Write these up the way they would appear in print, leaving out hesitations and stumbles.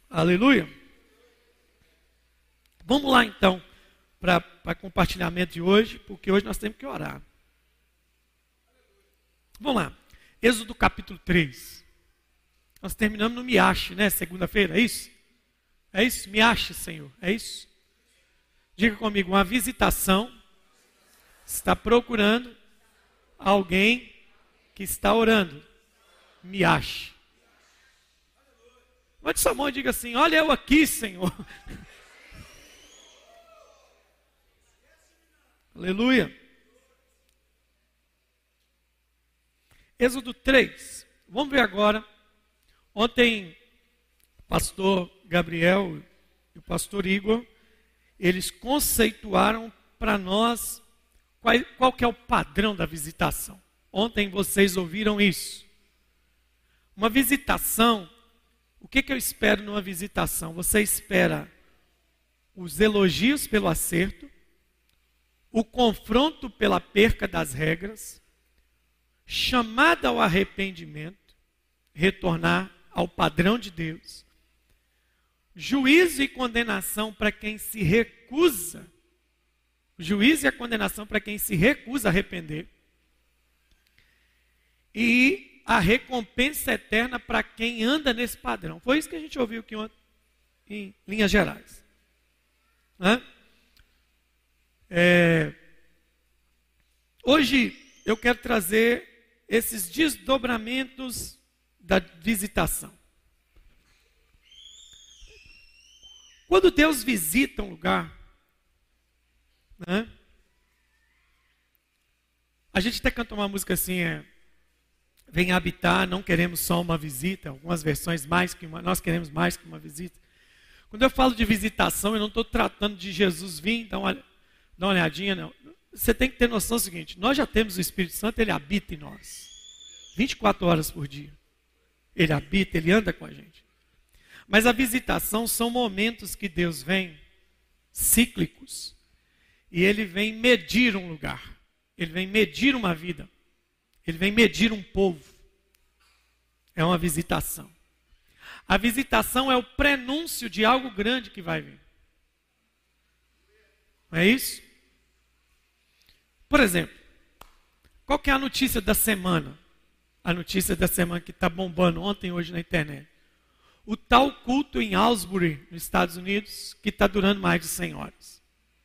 Aleluia. Vamos lá então, para compartilhamento de hoje, porque hoje nós temos que orar. Vamos lá. Êxodo capítulo 3. Nós terminamos no Miache, né? Segunda-feira, é isso? É isso? Miache, Senhor, é isso? Diga comigo, uma visitação está procurando alguém que está orando. Miache. Levante sua mão e diga assim, olha eu aqui, Senhor. Aleluia. Êxodo 3. Vamos ver agora. Ontem, o pastor Gabriel e o pastor Igor, eles conceituaram para nós qual que é o padrão da visitação. Ontem vocês ouviram isso. Uma visitação, o que eu espero numa visitação? Você espera os elogios pelo acerto, o confronto pela perca das regras, chamada ao arrependimento, retornar ao padrão de Deus, juízo e condenação para quem se recusa, o juízo e a condenação para quem se recusa a arrepender, e a recompensa eterna para quem anda nesse padrão. Foi isso que a gente ouviu aqui ontem, em linhas gerais. Hoje eu quero trazer esses desdobramentos da visitação. Quando Deus visita um lugar, a gente até canta uma música assim, vem habitar, não queremos só uma visita, algumas versões mais que uma, nós queremos mais que uma visita. Quando eu falo de visitação, eu não estou tratando de Jesus vir, dá uma olhadinha, não. Você tem que ter noção do seguinte, nós já temos o Espírito Santo, ele habita em nós, 24 horas por dia. Ele habita, ele anda com a gente. Mas a visitação são momentos que Deus vem, cíclicos, e ele vem medir um lugar, ele vem medir uma vida, ele vem medir um povo. É uma visitação. A visitação é o prenúncio de algo grande que vai vir. Não é isso? Por exemplo, qual que é a notícia da semana? A notícia da semana que está bombando ontem e hoje na internet. O tal culto em Asbury, nos Estados Unidos, que está durando mais de 100 horas.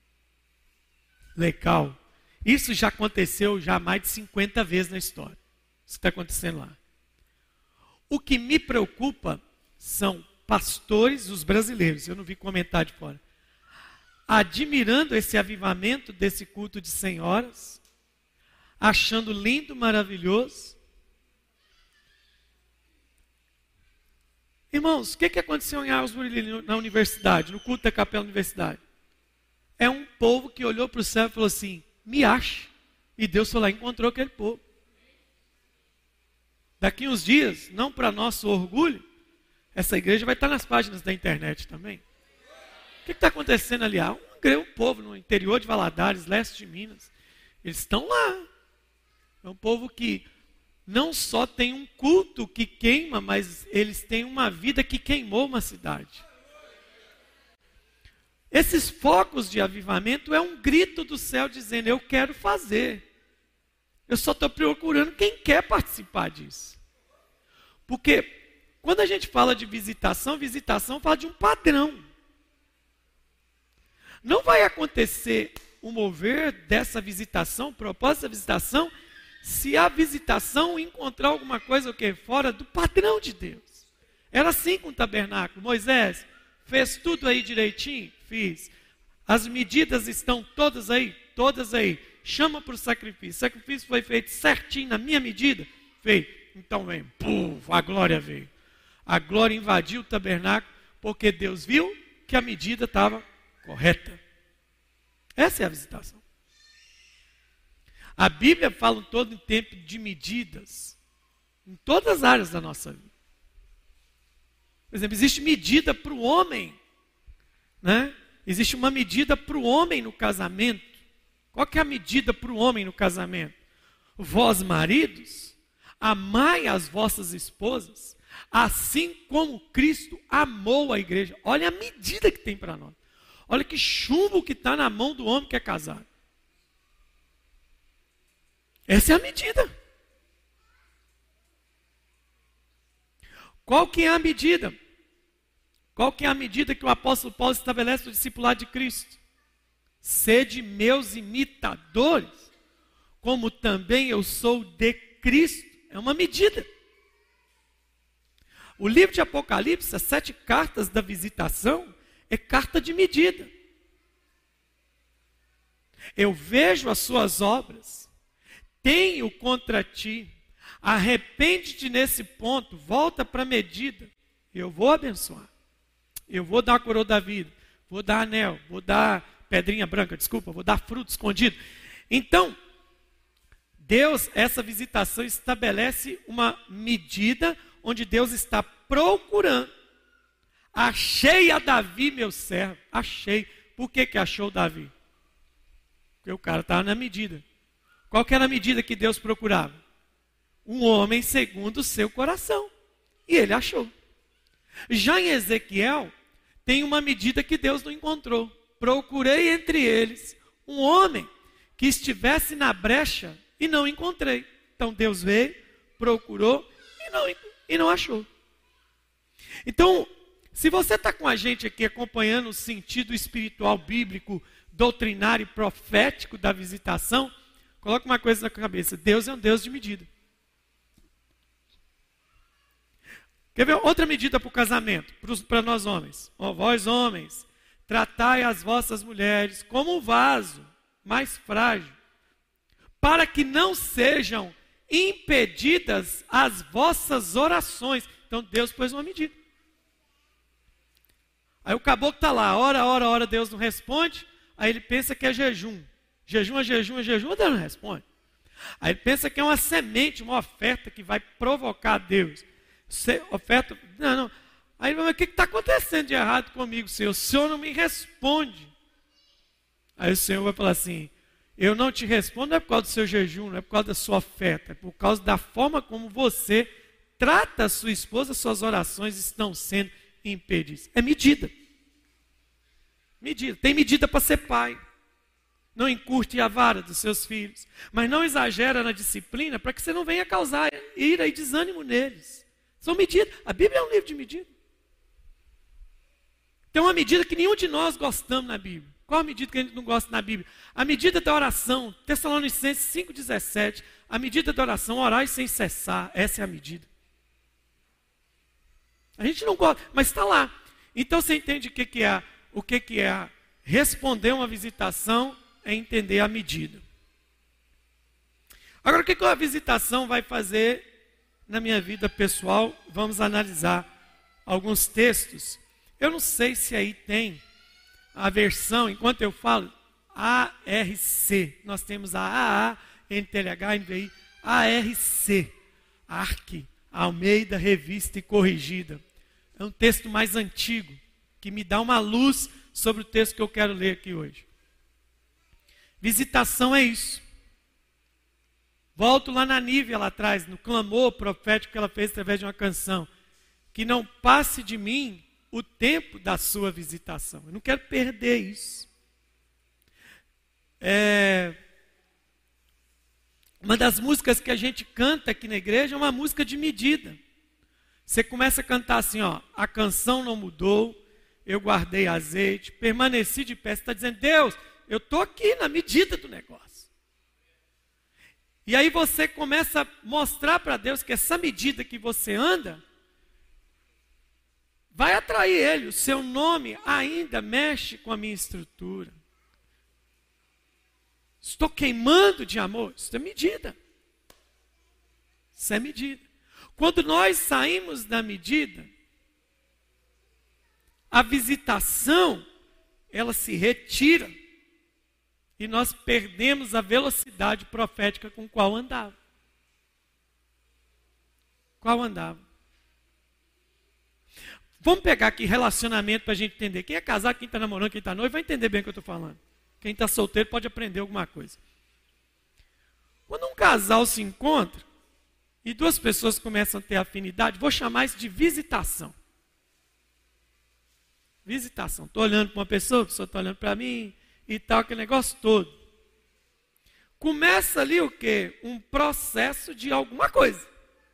Legal. Isso já aconteceu já mais de 50 vezes na história. Isso está acontecendo lá. O que me preocupa são pastores, os brasileiros, eu não vi comentário de fora, admirando esse avivamento desse culto de 100 horas, achando lindo, maravilhoso. Irmãos, o que aconteceu em Asbury na universidade, no culto da capela da universidade? É um povo que olhou para o céu e falou assim, me ache. E Deus foi lá e encontrou aquele povo. Daqui uns dias, não para nosso orgulho, essa igreja vai estar nas páginas da internet também. O que está acontecendo ali? Um povo no interior de Valadares, leste de Minas. Eles estão lá. É um povo que não só tem um culto que queima, mas eles têm uma vida que queimou uma cidade. Esses focos de avivamento é um grito do céu dizendo, eu quero fazer. Eu só estou procurando quem quer participar disso. Porque quando a gente fala de visitação fala de um padrão. Não vai acontecer o mover dessa visitação, o propósito da visitação, se a visitação encontrar alguma coisa fora do padrão de Deus. Era assim com o tabernáculo. Moisés fez tudo aí direitinho? Fiz. As medidas estão todas aí? Todas aí. Chama para o sacrifício. O sacrifício foi feito certinho na minha medida? Feito. Então vem. Puf, a glória veio. A glória invadiu o tabernáculo porque Deus viu que a medida estava correta. Essa é a visitação. A Bíblia fala todo em tempo de medidas, em todas as áreas da nossa vida. Por exemplo, existe medida para o homem, né? Existe uma medida para o homem no casamento. Qual que é a medida para o homem no casamento? Vós, maridos, amai as vossas esposas, Assim como Cristo amou a igreja. Olha a medida que tem para nós. Olha que chumbo que está na mão do homem que é casado. Essa é a medida. Qual que é a medida? Qual que é a medida que o apóstolo Paulo estabelece no discipulado de Cristo? Sede meus imitadores, como também eu sou de Cristo. É uma medida. O livro de Apocalipse, as 7 cartas da visitação, é carta de medida. Eu vejo as suas obras, tenho contra ti, arrepende-te nesse ponto, volta para a medida, eu vou abençoar. Eu vou dar a coroa da vida, vou dar anel, vou dar pedrinha branca, vou dar fruto escondido. Então, Deus, essa visitação estabelece uma medida onde Deus está procurando. Achei a Davi, meu servo, achei. Por que achou Davi? Porque o cara estava na medida. Qual que era a medida que Deus procurava? Um homem segundo o seu coração. E ele achou. Já em Ezequiel, tem uma medida que Deus não encontrou. Procurei entre eles um homem que estivesse na brecha e não encontrei. Então Deus veio, procurou e não achou. Então, se você está com a gente aqui acompanhando o sentido espiritual, bíblico, doutrinário e profético da visitação, coloque uma coisa na cabeça: Deus é um Deus de medida. Quer ver outra medida para o casamento, para nós homens? Vós homens, tratai as vossas mulheres como um vaso mais frágil, para que não sejam impedidas as vossas orações. Então Deus pôs uma medida. Aí o caboclo está lá, ora, Deus não responde. Aí ele pensa que é jejum. Jejum, Deus não responde. Aí ele pensa que é uma semente, uma oferta que vai provocar Deus. Oferta, não. Aí ele vai, mas o que está acontecendo de errado comigo, Senhor? O Senhor não me responde. Aí o Senhor vai falar assim: eu não te respondo não é por causa do seu jejum, não é por causa da sua oferta, é por causa da forma como você trata a sua esposa, suas orações estão sendo impedidas. É medida. Medida. Tem medida para ser pai. Não encurte a vara dos seus filhos, mas não exagera na disciplina para que você não venha causar ira e desânimo neles. São medidas. A Bíblia é um livro de medida. Tem uma medida que nenhum de nós gostamos na Bíblia. Qual a medida que a gente não gosta na Bíblia? A medida da oração, Tessalonicenses 5,17. A medida da oração, orai sem cessar. Essa é a medida. A gente não gosta, mas está lá. Então você entende o que é responder uma visitação, é entender a medida. Agora, o que a visitação vai fazer na minha vida pessoal? Vamos analisar alguns textos. Eu não sei se aí tem a versão, enquanto eu falo, ARC. Nós temos a AA, NTLH, NVI, ARC, ARC, Almeida, Revista e Corrigida. É um texto mais antigo, que me dá uma luz sobre o texto que eu quero ler aqui hoje. Visitação é isso. Volto lá na Nívia, lá atrás, no clamor profético que ela fez através de uma canção. Que não passe de mim o tempo da sua visitação. Eu não quero perder isso. Uma das músicas que a gente canta aqui na igreja é uma música de medida. Você começa a cantar assim, ó: a canção não mudou, eu guardei azeite, permaneci de pé. Você está dizendo: Deus, eu estou aqui na medida do negócio. E aí você começa a mostrar para Deus que essa medida que você anda vai atrair Ele. O seu nome ainda mexe com a minha estrutura. Estou queimando de amor. Isso é medida. Isso é medida. Quando nós saímos da medida, a visitação, ela se retira. E nós perdemos a velocidade profética com qual andava. Qual andava? Vamos pegar aqui relacionamento para a gente entender. Quem é casado, quem está namorando, quem está noivo, vai entender bem o que eu estou falando. Quem está solteiro pode aprender alguma coisa. Quando um casal se encontra, e duas pessoas começam a ter afinidade, vou chamar isso de visitação. Visitação. Estou olhando para uma pessoa, a pessoa está olhando para mim e tal, aquele negócio todo. Começa ali o quê? Um processo de alguma coisa.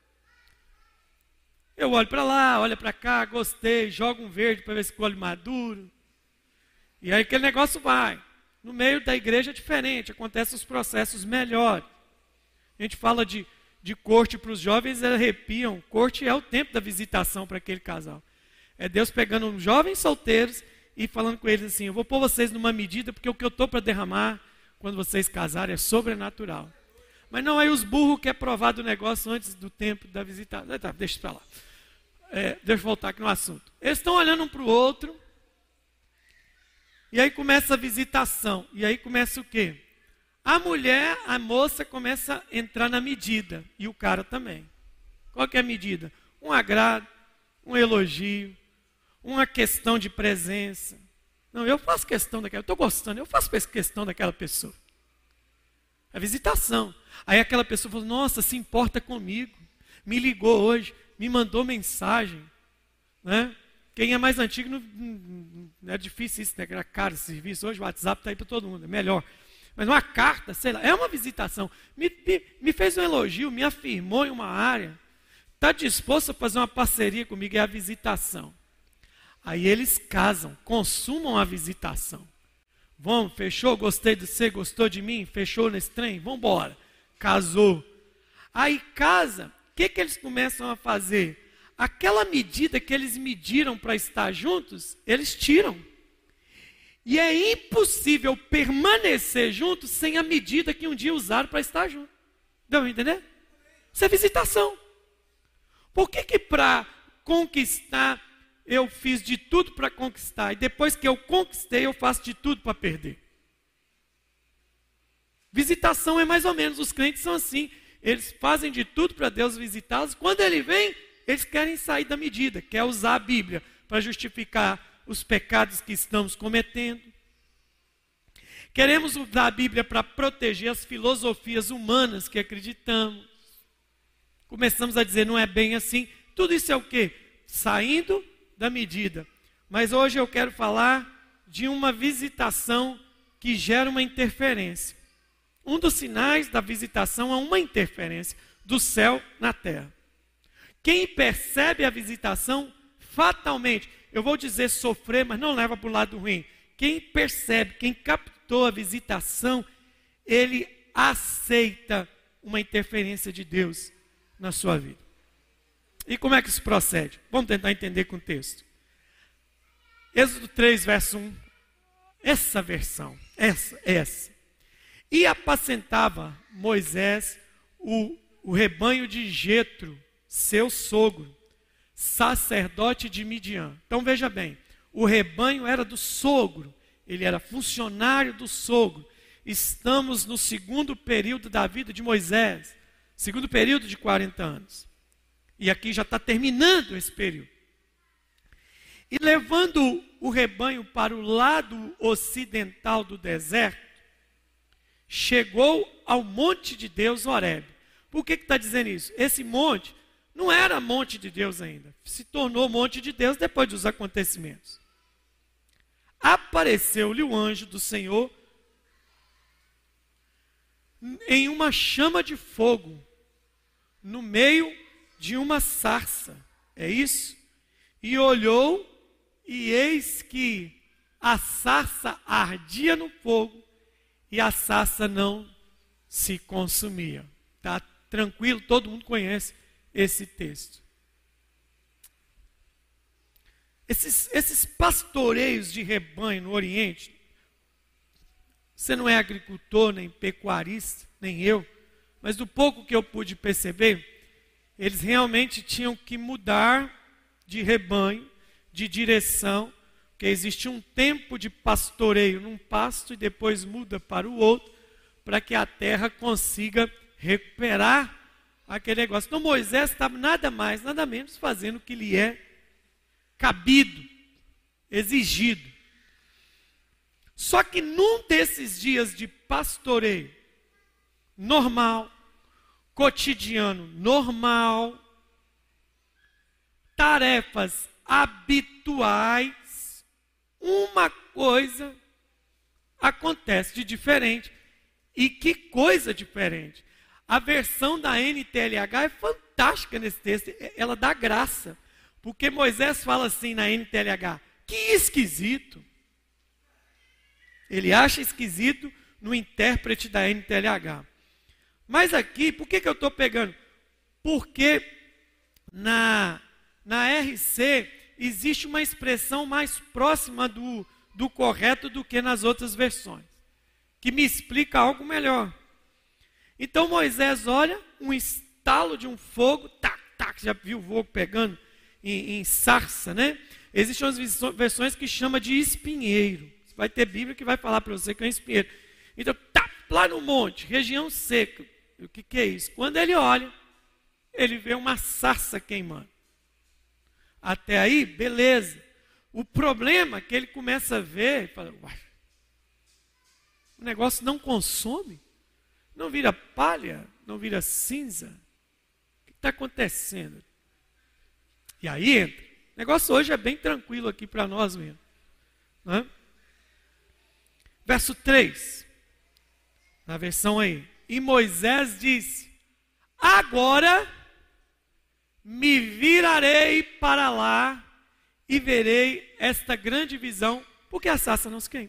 Eu olho para lá, olho para cá, gostei, jogo um verde para ver se colhe maduro. E aí aquele negócio vai. No meio da igreja é diferente, acontecem os processos melhores. A gente fala de corte para os jovens, eles arrepiam. Corte é o tempo da visitação para aquele casal. É Deus pegando uns jovens solteiros e falando com eles assim, eu vou pôr vocês numa medida, porque o que eu estou para derramar quando vocês casarem é sobrenatural. Mas não, aí os burros querem provar do negócio antes do tempo da visitação. Tá, deixa para lá. Deixa eu voltar aqui no assunto. Eles estão olhando um para o outro, e aí começa a visitação. E aí começa o quê? A mulher, a moça começa a entrar na medida. E o cara também. Qual que é a medida? Um agrado, um elogio, uma questão de presença. Não, eu faço questão daquela, eu estou gostando, eu faço questão daquela pessoa. A visitação. Aí aquela pessoa falou, nossa, se importa comigo. Me ligou hoje, me mandou mensagem. Né? Quem é mais antigo, não é difícil isso, né? Era caro esse serviço. Hoje o WhatsApp está aí para todo mundo, é melhor. Mas uma carta, sei lá, é uma visitação. Me fez um elogio, me afirmou em uma área. Está disposto a fazer uma parceria comigo, é a visitação. Aí eles casam, consumam a visitação. Vamos, fechou? Gostei de você, gostou de mim? Fechou nesse trem? Vamos embora. Casou. Aí casa, o que eles começam a fazer? Aquela medida que eles mediram para estar juntos, eles tiram. E é impossível permanecer juntos sem a medida que um dia usaram para estar juntos. Deu para entender? Isso é visitação. Por que para conquistar eu fiz de tudo para conquistar e depois que eu conquistei eu faço de tudo para perder? Visitação é mais ou menos, os crentes são assim. Eles fazem de tudo para Deus visitá-los. Quando ele vem, eles querem sair da medida, quer usar a Bíblia para justificar os pecados que estamos cometendo. Queremos usar a Bíblia para proteger as filosofias humanas que acreditamos. Começamos a dizer, não é bem assim. Tudo isso é o quê? Saindo da medida. Mas hoje eu quero falar de uma visitação que gera uma interferência. Um dos sinais da visitação é uma interferência do céu na terra. Quem percebe a visitação, fatalmente, eu vou dizer sofrer, mas não leva para o lado ruim. Quem percebe, quem captou a visitação, ele aceita uma interferência de Deus na sua vida. E como é que isso procede? Vamos tentar entender com o texto. Êxodo 3, verso 1. Essa versão, essa. E apacentava Moisés o rebanho de Jetro, seu sogro, sacerdote de Midian. Então veja bem, o rebanho era do sogro, ele era funcionário do sogro. Estamos no segundo período da vida de Moisés, segundo período de 40 anos. E aqui já está terminando esse período. E levando o rebanho para o lado ocidental do deserto, chegou ao monte de Deus, Horebe. Por que está dizendo isso? Esse monte não era monte de Deus ainda. Se tornou monte de Deus depois dos acontecimentos. Apareceu-lhe o anjo do Senhor em uma chama de fogo, no meio de uma sarça. É isso? E olhou, e eis que a sarça ardia no fogo, e a sarça não se consumia. Está tranquilo, todo mundo conhece esse texto. Esses pastoreios de rebanho no Oriente, você não é agricultor, nem pecuarista, nem eu, mas do pouco que eu pude perceber, eles realmente tinham que mudar de rebanho, de direção, porque existe um tempo de pastoreio num pasto e depois muda para o outro, para que a terra consiga recuperar aquele negócio. Então Moisés estava nada mais, nada menos fazendo o que lhe é cabido, exigido. Só que num desses dias de pastoreio normal, cotidiano normal, tarefas habituais, uma coisa acontece de diferente. E que coisa diferente! A versão da NTLH é fantástica nesse texto, ela dá graça, porque Moisés fala assim na NTLH, que esquisito. Ele acha esquisito no intérprete da NTLH. Mas aqui, por que eu estou pegando? Porque na RC existe uma expressão mais próxima do correto do que nas outras versões, que me explica algo melhor. Então Moisés olha, um estalo de um fogo, tac, tac, já viu o fogo pegando em sarça, né? Existem umas versões que chama de espinheiro. Vai ter Bíblia que vai falar para você que é um espinheiro. Então, tá lá no monte, região seca. O que é isso? Quando ele olha, ele vê uma sarça queimando. Até aí, beleza. O problema é que ele começa a ver, e fala, uai, o negócio não consome, não vira palha, não vira cinza. O que está acontecendo? E aí entra. O negócio hoje é bem tranquilo aqui para nós mesmo. Né? Verso 3, na versão aí. E Moisés disse, agora me virarei para lá e verei esta grande visão, porque a sarça não se queima.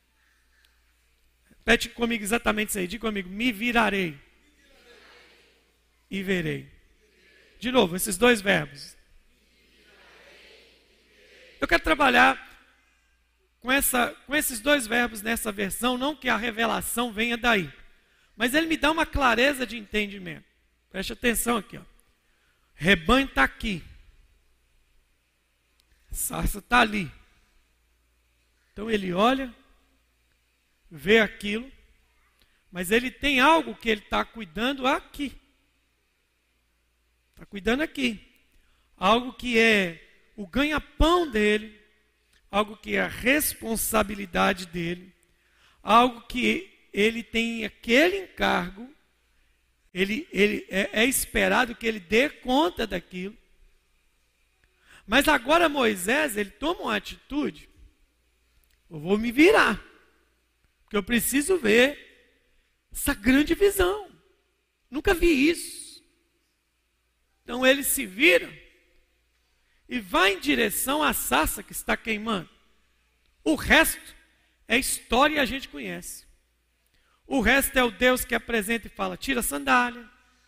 Repete comigo exatamente isso aí, diga comigo, me virarei e verei. De novo, esses dois verbos. Eu quero trabalhar com esses dois verbos nessa versão, não que a revelação venha daí, mas ele me dá uma clareza de entendimento. Preste atenção aqui, ó. Rebanho está aqui, a sarça está ali. Então ele olha, vê aquilo, mas ele tem algo que ele está cuidando aqui. Está cuidando aqui. Algo que é o ganha-pão dele, algo que é a responsabilidade dele, algo que ele tem aquele encargo, ele é esperado que ele dê conta daquilo. Mas agora Moisés, ele toma uma atitude, eu vou me virar, porque eu preciso ver essa grande visão. Nunca vi isso. Então ele se vira e vai em direção à sarça que está queimando. O resto é história e a gente conhece. O resto é o Deus que apresenta e fala, tira a sandália.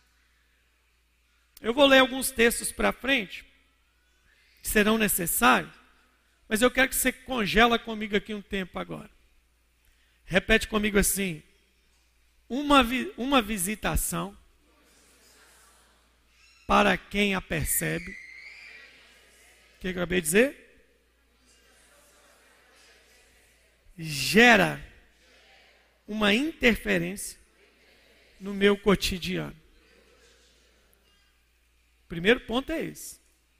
Eu vou ler alguns textos para frente, que serão necessários, mas eu quero que você congela comigo aqui um tempo agora. Repete comigo assim, uma visitação para quem a percebe. O que eu acabei de dizer? Gera uma interferência no meu cotidiano. O primeiro ponto é esse.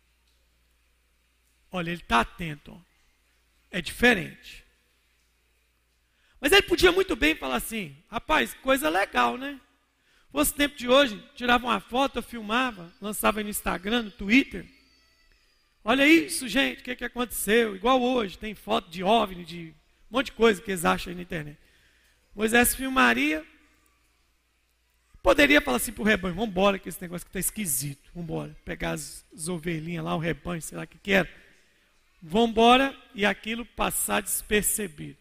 Olha, ele está atento. Ó. É diferente. Mas ele podia muito bem falar assim, rapaz, coisa legal, né? Fosse tempo de hoje, tirava uma foto, eu filmava, lançava no Instagram, no Twitter. Olha isso, gente, o que aconteceu? Igual hoje, tem foto de OVNI, de um monte de coisa que eles acham aí na internet. Moisés filmaria, poderia falar assim para o rebanho, vamos embora que esse negócio que está esquisito, vamos embora, pegar as ovelhinhas lá, o rebanho, sei lá o que era, vamos embora e aquilo passar despercebido.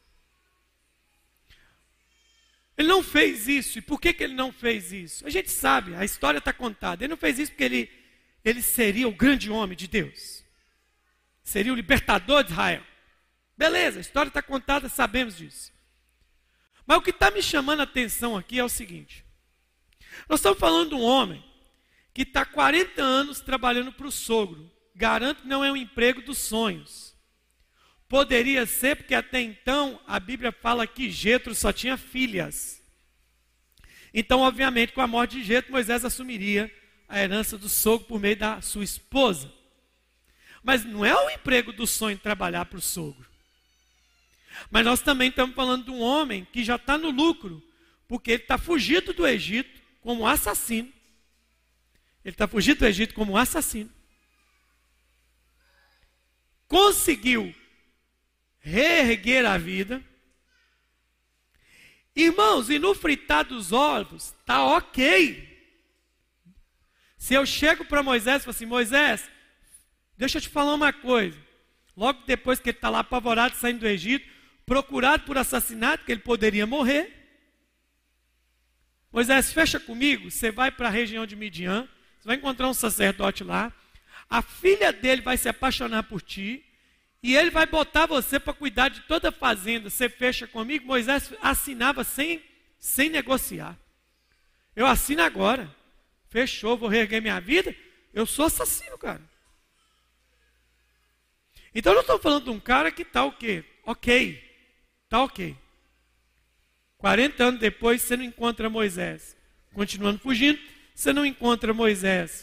Ele não fez isso, e por que ele não fez isso? A gente sabe, a história está contada, ele não fez isso porque ele seria o grande homem de Deus, seria o libertador de Israel. Beleza, a história está contada, sabemos disso. Mas o que está me chamando a atenção aqui é o seguinte. Nós estamos falando de um homem que está 40 anos trabalhando para o sogro. Garanto que não é um emprego dos sonhos. Poderia ser porque até então a Bíblia fala que Jetro só tinha filhas. Então, obviamente, com a morte de Jetro, Moisés assumiria a herança do sogro por meio da sua esposa. Mas não é o emprego do sonho trabalhar para o sogro. Mas nós também estamos falando de um homem que já está no lucro, porque ele está fugido do Egito, como assassino. Ele está fugindo do Egito como assassino. Conseguiu reerguer a vida. Irmãos, e no fritar dos ovos, está ok. Se eu chego para Moisés e falo assim, Moisés, deixa eu te falar uma coisa. Logo depois que ele está lá apavorado, saindo do Egito, procurado por assassinato, que ele poderia morrer. Moisés, fecha comigo, você vai para a região de Midian, você vai encontrar um sacerdote lá, a filha dele vai se apaixonar por ti, e ele vai botar você para cuidar de toda a fazenda. Você fecha comigo? Moisés assinava sem negociar. Eu assino agora. Fechou, vou reerguer minha vida. Eu sou assassino, cara. Então eu não estou falando de um cara que está o quê? Ok. Está ok. 40 anos depois, você não encontra Moisés continuando fugindo. Você não encontra Moisés.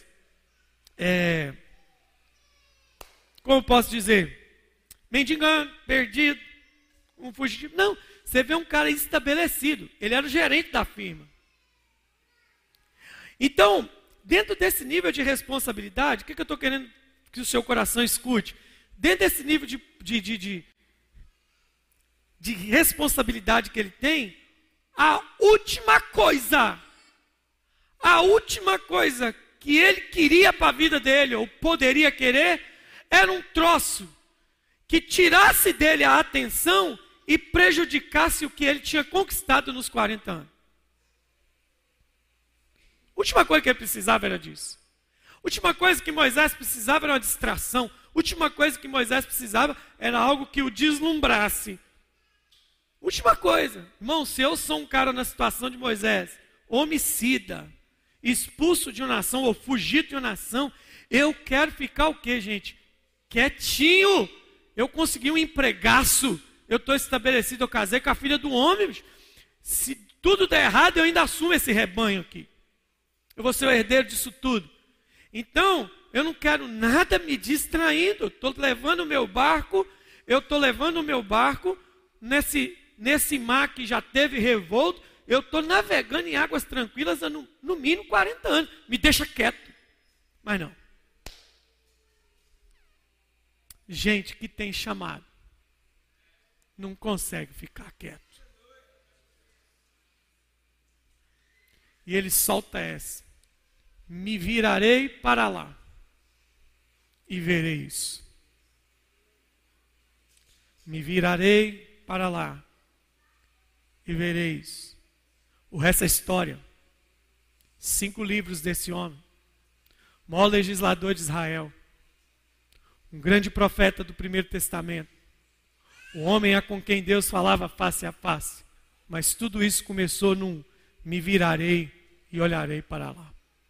Como posso dizer? Mendigando, perdido, um fugitivo. Não, você vê um cara estabelecido. Ele era o gerente da firma. Então, dentro desse nível de responsabilidade, o que eu estou querendo que o seu coração escute? Dentro desse nível de responsabilidade que ele tem, a última coisa que ele queria para a vida dele, ou poderia querer, era um troço que tirasse dele a atenção e prejudicasse o que ele tinha conquistado nos 40 anos. A última coisa que ele precisava era disso. A última coisa que Moisés precisava era uma distração. A última coisa que Moisés precisava era algo que o deslumbrasse. Última coisa. Irmão, se eu sou um cara na situação de Moisés, homicida, expulso de uma nação ou fugido de uma nação, eu quero ficar o quê, gente? Quietinho. Eu consegui um empregaço, eu estou estabelecido, eu casei com a filha do homem. Se tudo der errado, eu ainda assumo esse rebanho aqui. Eu vou ser o herdeiro disso tudo. Então, eu não quero nada me distraindo. Estou levando o meu barco, nesse mar que já teve revolto, eu estou navegando em águas tranquilas há no mínimo 40 anos. Me deixa quieto. Mas não. Gente que tem chamado não consegue ficar quieto. E ele solta essa. Me virarei para lá e verei isso. Me virarei para lá e verei isso. O resto é história. 5 livros desse homem. O maior legislador de Israel. Um grande profeta do Primeiro Testamento. O homem a com quem Deus falava face a face. Mas tudo isso começou num me virarei e olharei para lá.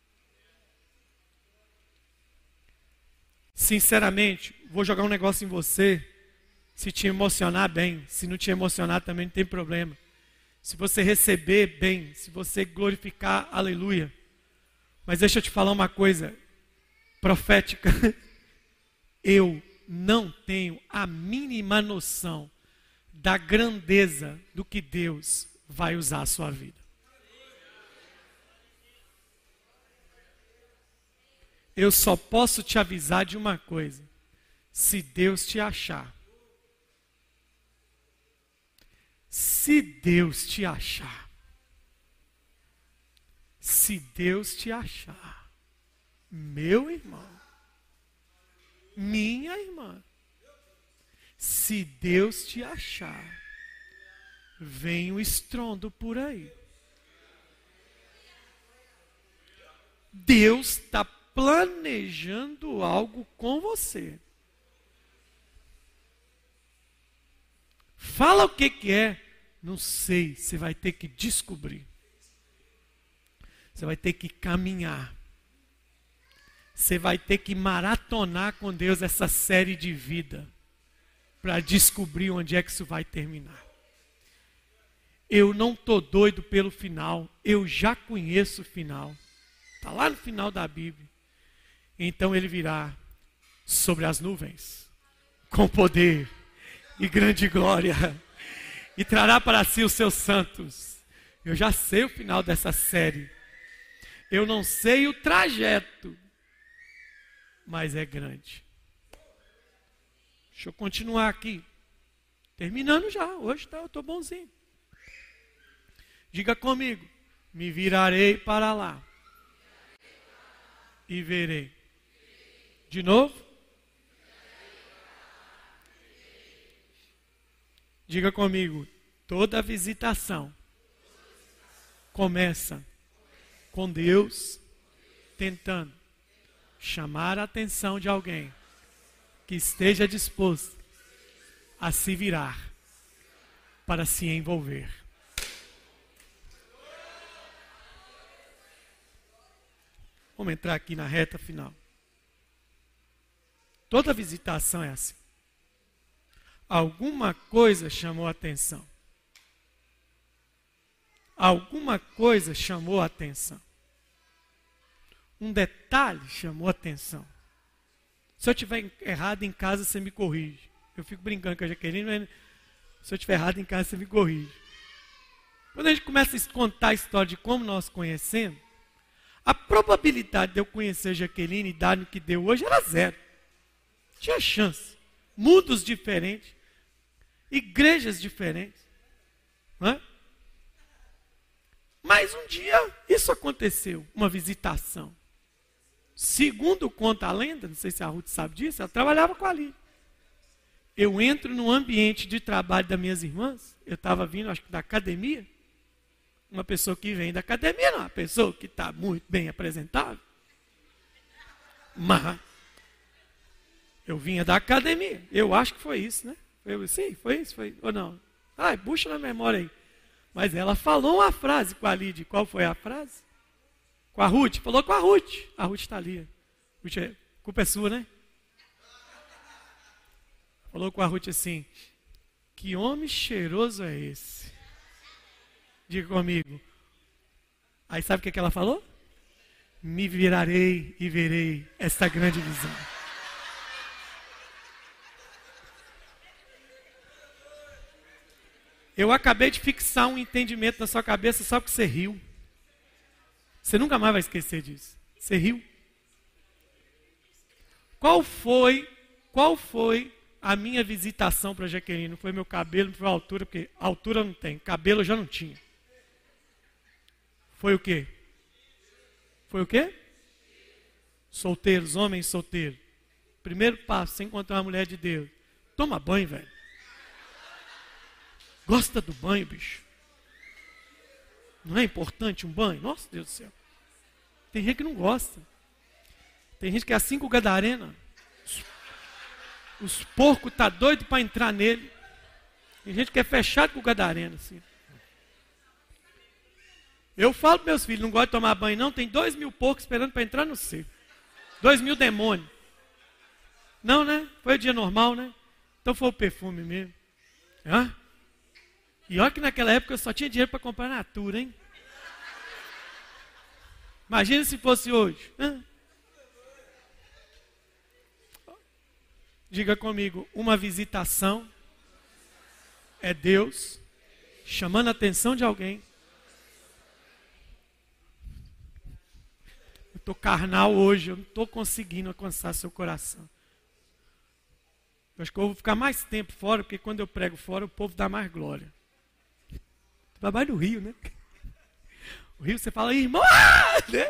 Sinceramente, vou jogar um negócio em você. Se te emocionar, bem. Se não te emocionar, também não tem problema. Se você receber, bem. Se você glorificar, aleluia. Mas deixa eu te falar uma coisa profética. Eu não tenho a mínima noção da grandeza do que Deus vai usar a sua vida. Eu só posso te avisar de uma coisa. Se Deus te achar. Se Deus te achar. Se Deus te achar. Meu irmão. Minha irmã. Se Deus te achar. Vem o estrondo por aí. Deus está planejando algo com você. Fala o que é. Não sei, você vai ter que descobrir. Você vai ter que caminhar. Você vai ter que maratonar com Deus essa série de vida. Para descobrir onde é que isso vai terminar. Eu não estou doido pelo final. Eu já conheço o final. Está lá no final da Bíblia. Então ele virá sobre as nuvens, com poder e grande glória, e trará para si os seus santos. Eu já sei o final dessa série. Eu não sei o trajeto, mas é grande. Deixa eu continuar aqui. Terminando já, hoje eu estou bonzinho. Diga comigo, me virarei para lá e verei. De novo? Diga comigo, toda visitação começa com Deus tentando chamar a atenção de alguém que esteja disposto a se virar para se envolver. Vamos entrar aqui na reta final. Toda visitação é assim. Alguma coisa chamou a atenção. Alguma coisa chamou a atenção. Um detalhe chamou a atenção. Se eu estiver errado em casa, você me corrige. Eu fico brincando com a Jaqueline, mas se eu estiver errado em casa, você me corrige. Quando a gente começa a contar a história de como nós conhecemos, a probabilidade de eu conhecer a Jaqueline e dar no que deu hoje era zero. Tinha chance. Mundos diferentes. Igrejas diferentes. Não é? Mas um dia isso aconteceu. Uma visitação. Segundo conta a lenda, não sei se a Ruth sabe disso, ela trabalhava com a Lídia. Eu entro no ambiente de trabalho das minhas irmãs, eu estava vindo, acho que da academia, uma pessoa que vem da academia, não, uma pessoa que está muito bem apresentável, mas eu vinha da academia, eu acho que foi isso, né? Sim, foi isso, foi, ou não? Ai, puxa na memória aí. Mas ela falou uma frase com a Lídia, qual foi a frase? Com a Ruth, falou com a Ruth está ali. Ruth, a culpa é sua, né? Falou com a Ruth assim, que homem cheiroso é esse? Diga comigo. Aí sabe o que ela falou? Me virarei e verei esta grande visão. Eu acabei de fixar um entendimento na sua cabeça só porque você riu. Você nunca mais vai esquecer disso. Você riu. Qual foi a minha visitação para Jaqueline? Não foi meu cabelo, não foi a altura, porque a altura não tem, cabelo eu já não tinha. Foi o quê? Foi o quê? Solteiros, homens solteiros. Primeiro passo, você encontrar uma mulher de Deus. Toma banho, velho. Gosta do banho, bicho? Não é importante um banho? Nossa, Deus do céu. Tem gente que não gosta. Tem gente que é assim com o gadarena. Os porcos estão doidos para entrar nele. Tem gente que é fechado com o gadarena. Assim. Eu falo para meus filhos, não gosto de tomar banho não, tem 2.000 porcos esperando para entrar no seu. 2.000 demônios. Não, né? Foi o dia normal, né? Então foi o perfume mesmo. Hã? E olha que naquela época eu só tinha dinheiro para comprar Natura, hein? Imagina se fosse hoje. Hã? Diga comigo, uma visitação é Deus chamando a atenção de alguém. Eu estou carnal hoje, eu não estou conseguindo alcançar seu coração. Eu acho que eu vou ficar mais tempo fora, porque quando eu prego fora, o povo dá mais glória. Trabalho no Rio, né? O Rio você fala, irmão, né?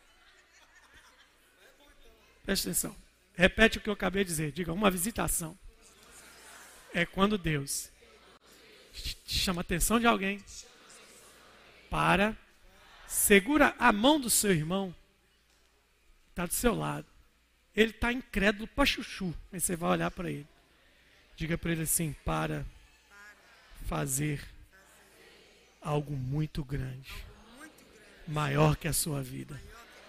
Presta atenção. Repete o que eu acabei de dizer. Diga, uma visitação é quando Deus chama a atenção de alguém para segura a mão do seu irmão, está do seu lado. Ele está incrédulo para chuchu. Aí você vai olhar para ele. Diga para ele assim, para fazer algo muito grande, maior que a sua vida.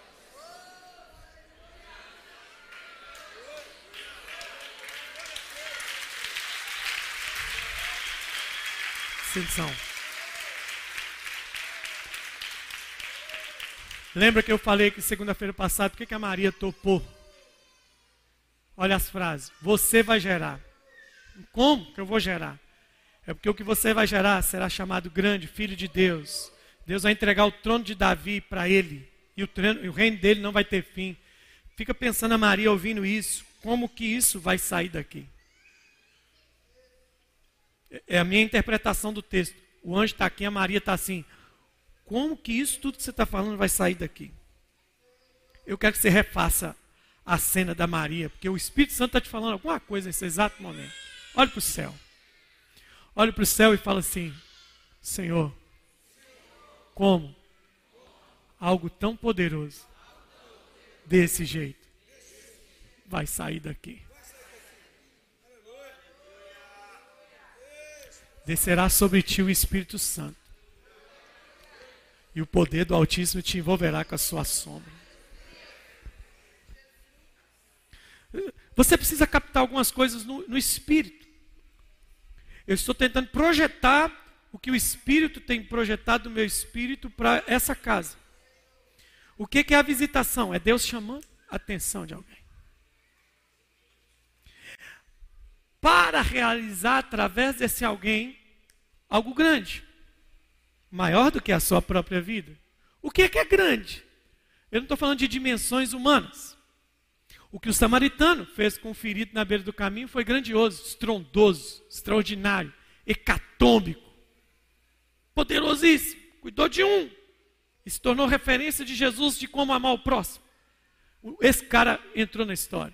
Atenção. Lembra que eu falei que segunda-feira passada, por que a Maria topou? Olha as frases. Você vai gerar. Como que eu vou gerar? É porque o que você vai gerar será chamado grande, filho de Deus. Deus vai entregar o trono de Davi para ele. e o reino dele não vai ter fim. Fica pensando a Maria ouvindo isso, como que isso vai sair daqui? É a minha interpretação do texto. O anjo está aqui, a Maria está assim. Como que isso tudo que você está falando vai sair daqui? Eu quero que você refaça a cena da Maria, porque o Espírito Santo está te falando alguma coisa nesse exato momento. Olhe para o céu. Olhe para o céu e fala assim: Senhor, como algo tão poderoso desse jeito vai sair daqui? Descerá sobre ti o Espírito Santo, e o poder do Altíssimo te envolverá com a sua sombra. Você precisa captar algumas coisas no Espírito. Eu estou tentando projetar o que o Espírito tem projetado no meu espírito para essa casa. O que é a visitação? É Deus chamando a atenção de alguém para realizar através desse alguém algo grande, maior do que a sua própria vida. O que é grande? Eu não estou falando de dimensões humanas. O que o samaritano fez com o ferido na beira do caminho foi grandioso, estrondoso, extraordinário, hecatômbico, poderosíssimo. Cuidou de um e se tornou referência de Jesus de como amar o próximo. Esse cara entrou na história.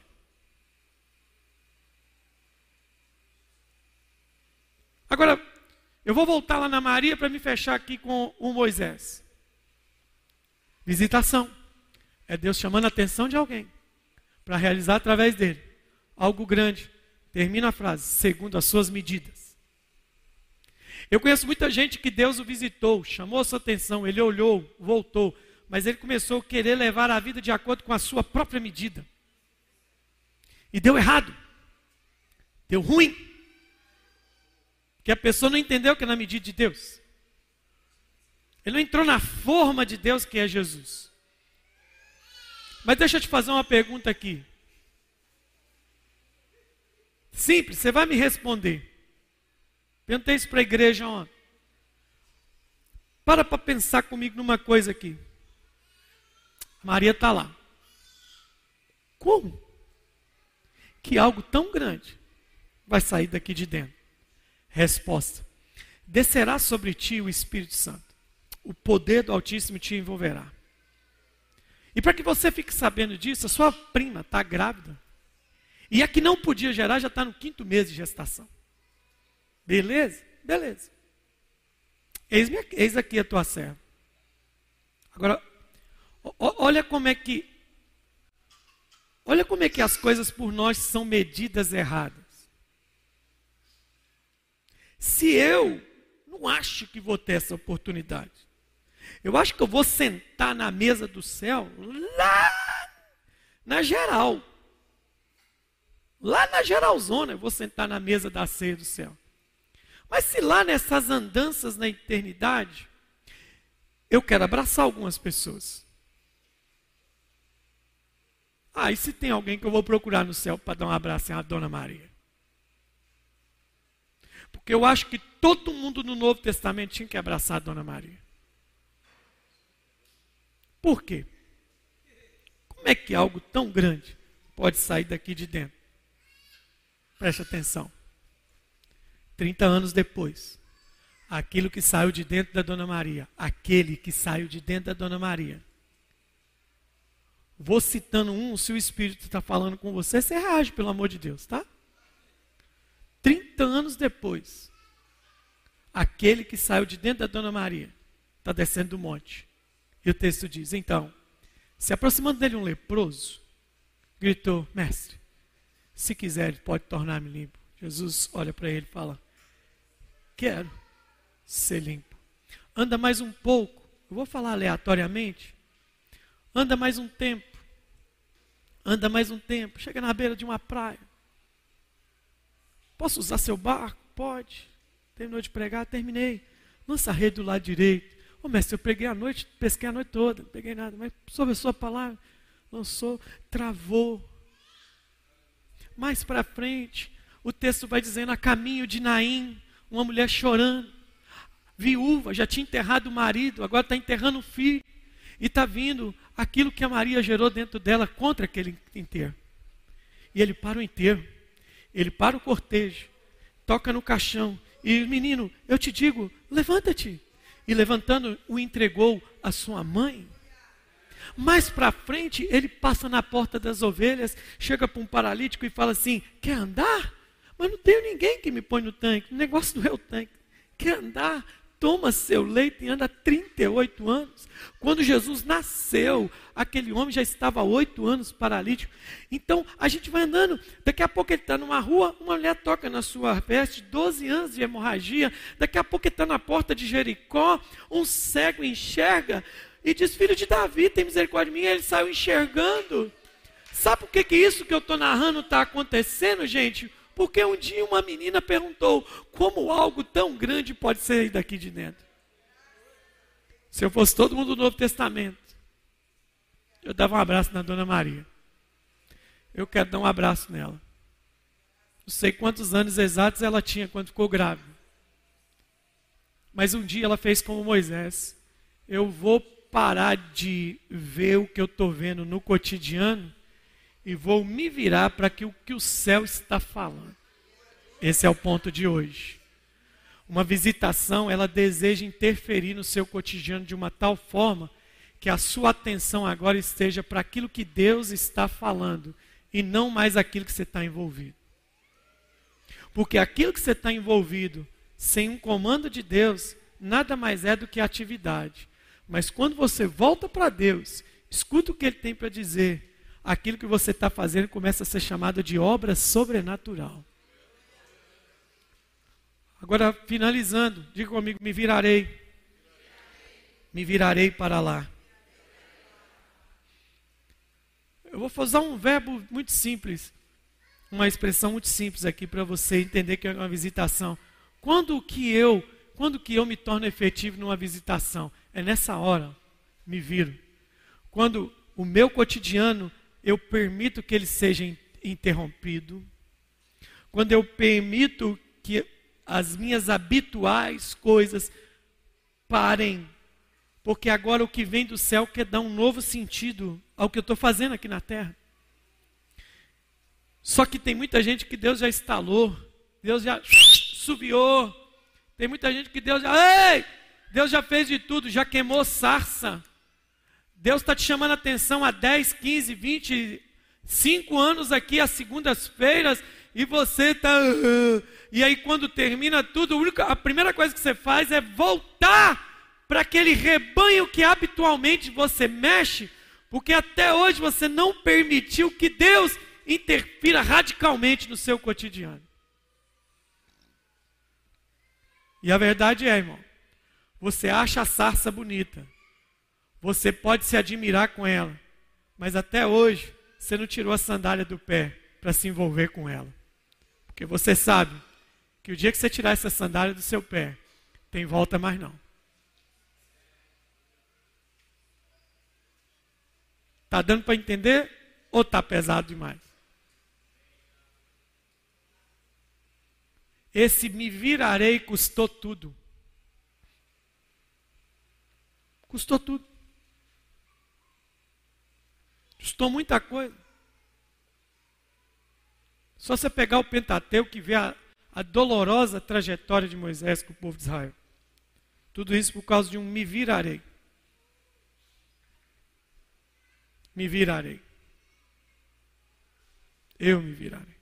Agora, eu vou voltar lá na Maria para me fechar aqui com o Moisés. Visitação. É Deus chamando a atenção de alguém para realizar através dele algo grande. Termina a frase: segundo as suas medidas. Eu conheço muita gente que Deus o visitou, chamou a sua atenção, ele olhou, voltou, mas ele começou a querer levar a vida de acordo com a sua própria medida. E deu errado. Deu ruim. Porque a pessoa não entendeu que é na medida de Deus. Ele não entrou na forma de Deus que é Jesus. Mas deixa eu te fazer uma pergunta aqui. Simples, você vai me responder. Perguntei isso para a igreja ontem. Para pensar comigo numa coisa aqui. Maria está lá. Como que algo tão grande vai sair daqui de dentro? Resposta: descerá sobre ti o Espírito Santo. O poder do Altíssimo te envolverá. E para que você fique sabendo disso, a sua prima está grávida. E a que não podia gerar já está no 5º mês de gestação. Beleza? Beleza. Eis aqui a tua serva. Agora, olha como é que as coisas por nós são medidas erradas. Se eu não acho que vou ter essa oportunidade, eu acho que eu vou sentar na mesa do céu, lá na geral. Lá na geralzona, eu vou sentar na mesa da ceia do céu. Mas se lá nessas andanças na eternidade, eu quero abraçar algumas pessoas. E se tem alguém que eu vou procurar no céu para dar um abraço, é a Dona Maria. Porque eu acho que todo mundo no Novo Testamento tinha que abraçar a Dona Maria. Por quê? Como é que algo tão grande pode sair daqui de dentro? Preste atenção. 30 anos depois, aquilo que saiu de dentro da Dona Maria, aquele que saiu de dentro da Dona Maria. Vou citando se o Espírito está falando com você, você reage, pelo amor de Deus, tá? 30 anos depois, aquele que saiu de dentro da Dona Maria está descendo do monte. E o texto diz: então, se aproximando dele um leproso, gritou: mestre, se quiser, ele pode tornar-me limpo. Jesus olha para ele e fala: quero ser limpo. Anda mais um pouco. Eu vou falar aleatoriamente. Anda mais um tempo. Anda mais um tempo. Chega na beira de uma praia. Posso usar seu barco? Pode. Terminou de pregar? Terminei. Lança a rede do lado direito. Mestre, eu pesquei a noite toda, não peguei nada, mas sobre a sua palavra, lançou, travou. Mais para frente, o texto vai dizendo: a caminho de Naim, uma mulher chorando, viúva, já tinha enterrado o marido, agora está enterrando o filho, e está vindo aquilo que a Maria gerou dentro dela contra aquele enterro. E ele para o enterro, ele para o cortejo, toca no caixão, e menino, eu te digo, levanta-te. E levantando, o entregou à sua mãe. Mais para frente, ele passa na porta das ovelhas, chega para um paralítico e fala assim, quer andar? Mas não tenho ninguém que me põe no tanque, o negócio não é o tanque. Quer andar? Toma seu leito e anda 38 anos. Quando Jesus nasceu, aquele homem já estava há 8 anos paralítico. Então, a gente vai andando, daqui a pouco ele está numa rua, uma mulher toca na sua veste, 12 anos de hemorragia, daqui a pouco ele está na porta de Jericó, um cego enxerga, e diz, filho de Davi, tem misericórdia de mim, e ele saiu enxergando. Sabe por que isso que eu estou narrando está acontecendo, gente? Porque um dia uma menina perguntou, como algo tão grande pode sair daqui de dentro? Se eu fosse todo mundo do Novo Testamento, eu dava um abraço na Dona Maria. Eu quero dar um abraço nela. Não sei quantos anos exatos ela tinha quando ficou grávida. Mas um dia ela fez como Moisés. Eu vou parar de ver o que eu estou vendo no cotidiano e vou me virar para que o que o céu está falando. Esse é o ponto de hoje. Uma visitação, ela deseja interferir no seu cotidiano de uma tal forma que a sua atenção agora esteja para aquilo que Deus está falando e não mais aquilo que você está envolvido. Porque aquilo que você está envolvido, sem um comando de Deus, nada mais é do que atividade. Mas quando você volta para Deus, escuta o que Ele tem para dizer, aquilo que você está fazendo começa a ser chamado de obra sobrenatural. Agora, finalizando, diga comigo, me virarei. Me virarei para lá. Eu vou usar um verbo muito simples, uma expressão muito simples aqui para você entender que é uma visitação. Quando que eu me torno efetivo numa visitação? É nessa hora, me viro. Quando o meu cotidiano, eu permito que ele seja interrompido. Quando eu permito que as minhas habituais coisas parem. Porque agora o que vem do céu quer dar um novo sentido ao que eu estou fazendo aqui na terra. Só que tem muita gente que Deus já instalou, Deus já subiu. Tem muita gente que Deus já fez de tudo, já queimou sarça. Deus está te chamando a atenção há 10, 15, 25 anos aqui, às segundas-feiras, e você está... E aí quando termina tudo, a primeira coisa que você faz é voltar para aquele rebanho que habitualmente você mexe, porque até hoje você não permitiu que Deus interfira radicalmente no seu cotidiano. E a verdade é, irmão, você acha a sarça bonita, você pode se admirar com ela, mas até hoje você não tirou a sandália do pé para se envolver com ela. Porque você sabe que o dia que você tirar essa sandália do seu pé, tem volta mais não. Está dando para entender ou está pesado demais? Esse me virarei custou tudo. Custou tudo. Custou muita coisa. Só você pegar o Pentateuco e ver a dolorosa trajetória de Moisés com o povo de Israel. Tudo isso por causa de um me virarei. Me virarei. Eu me virarei.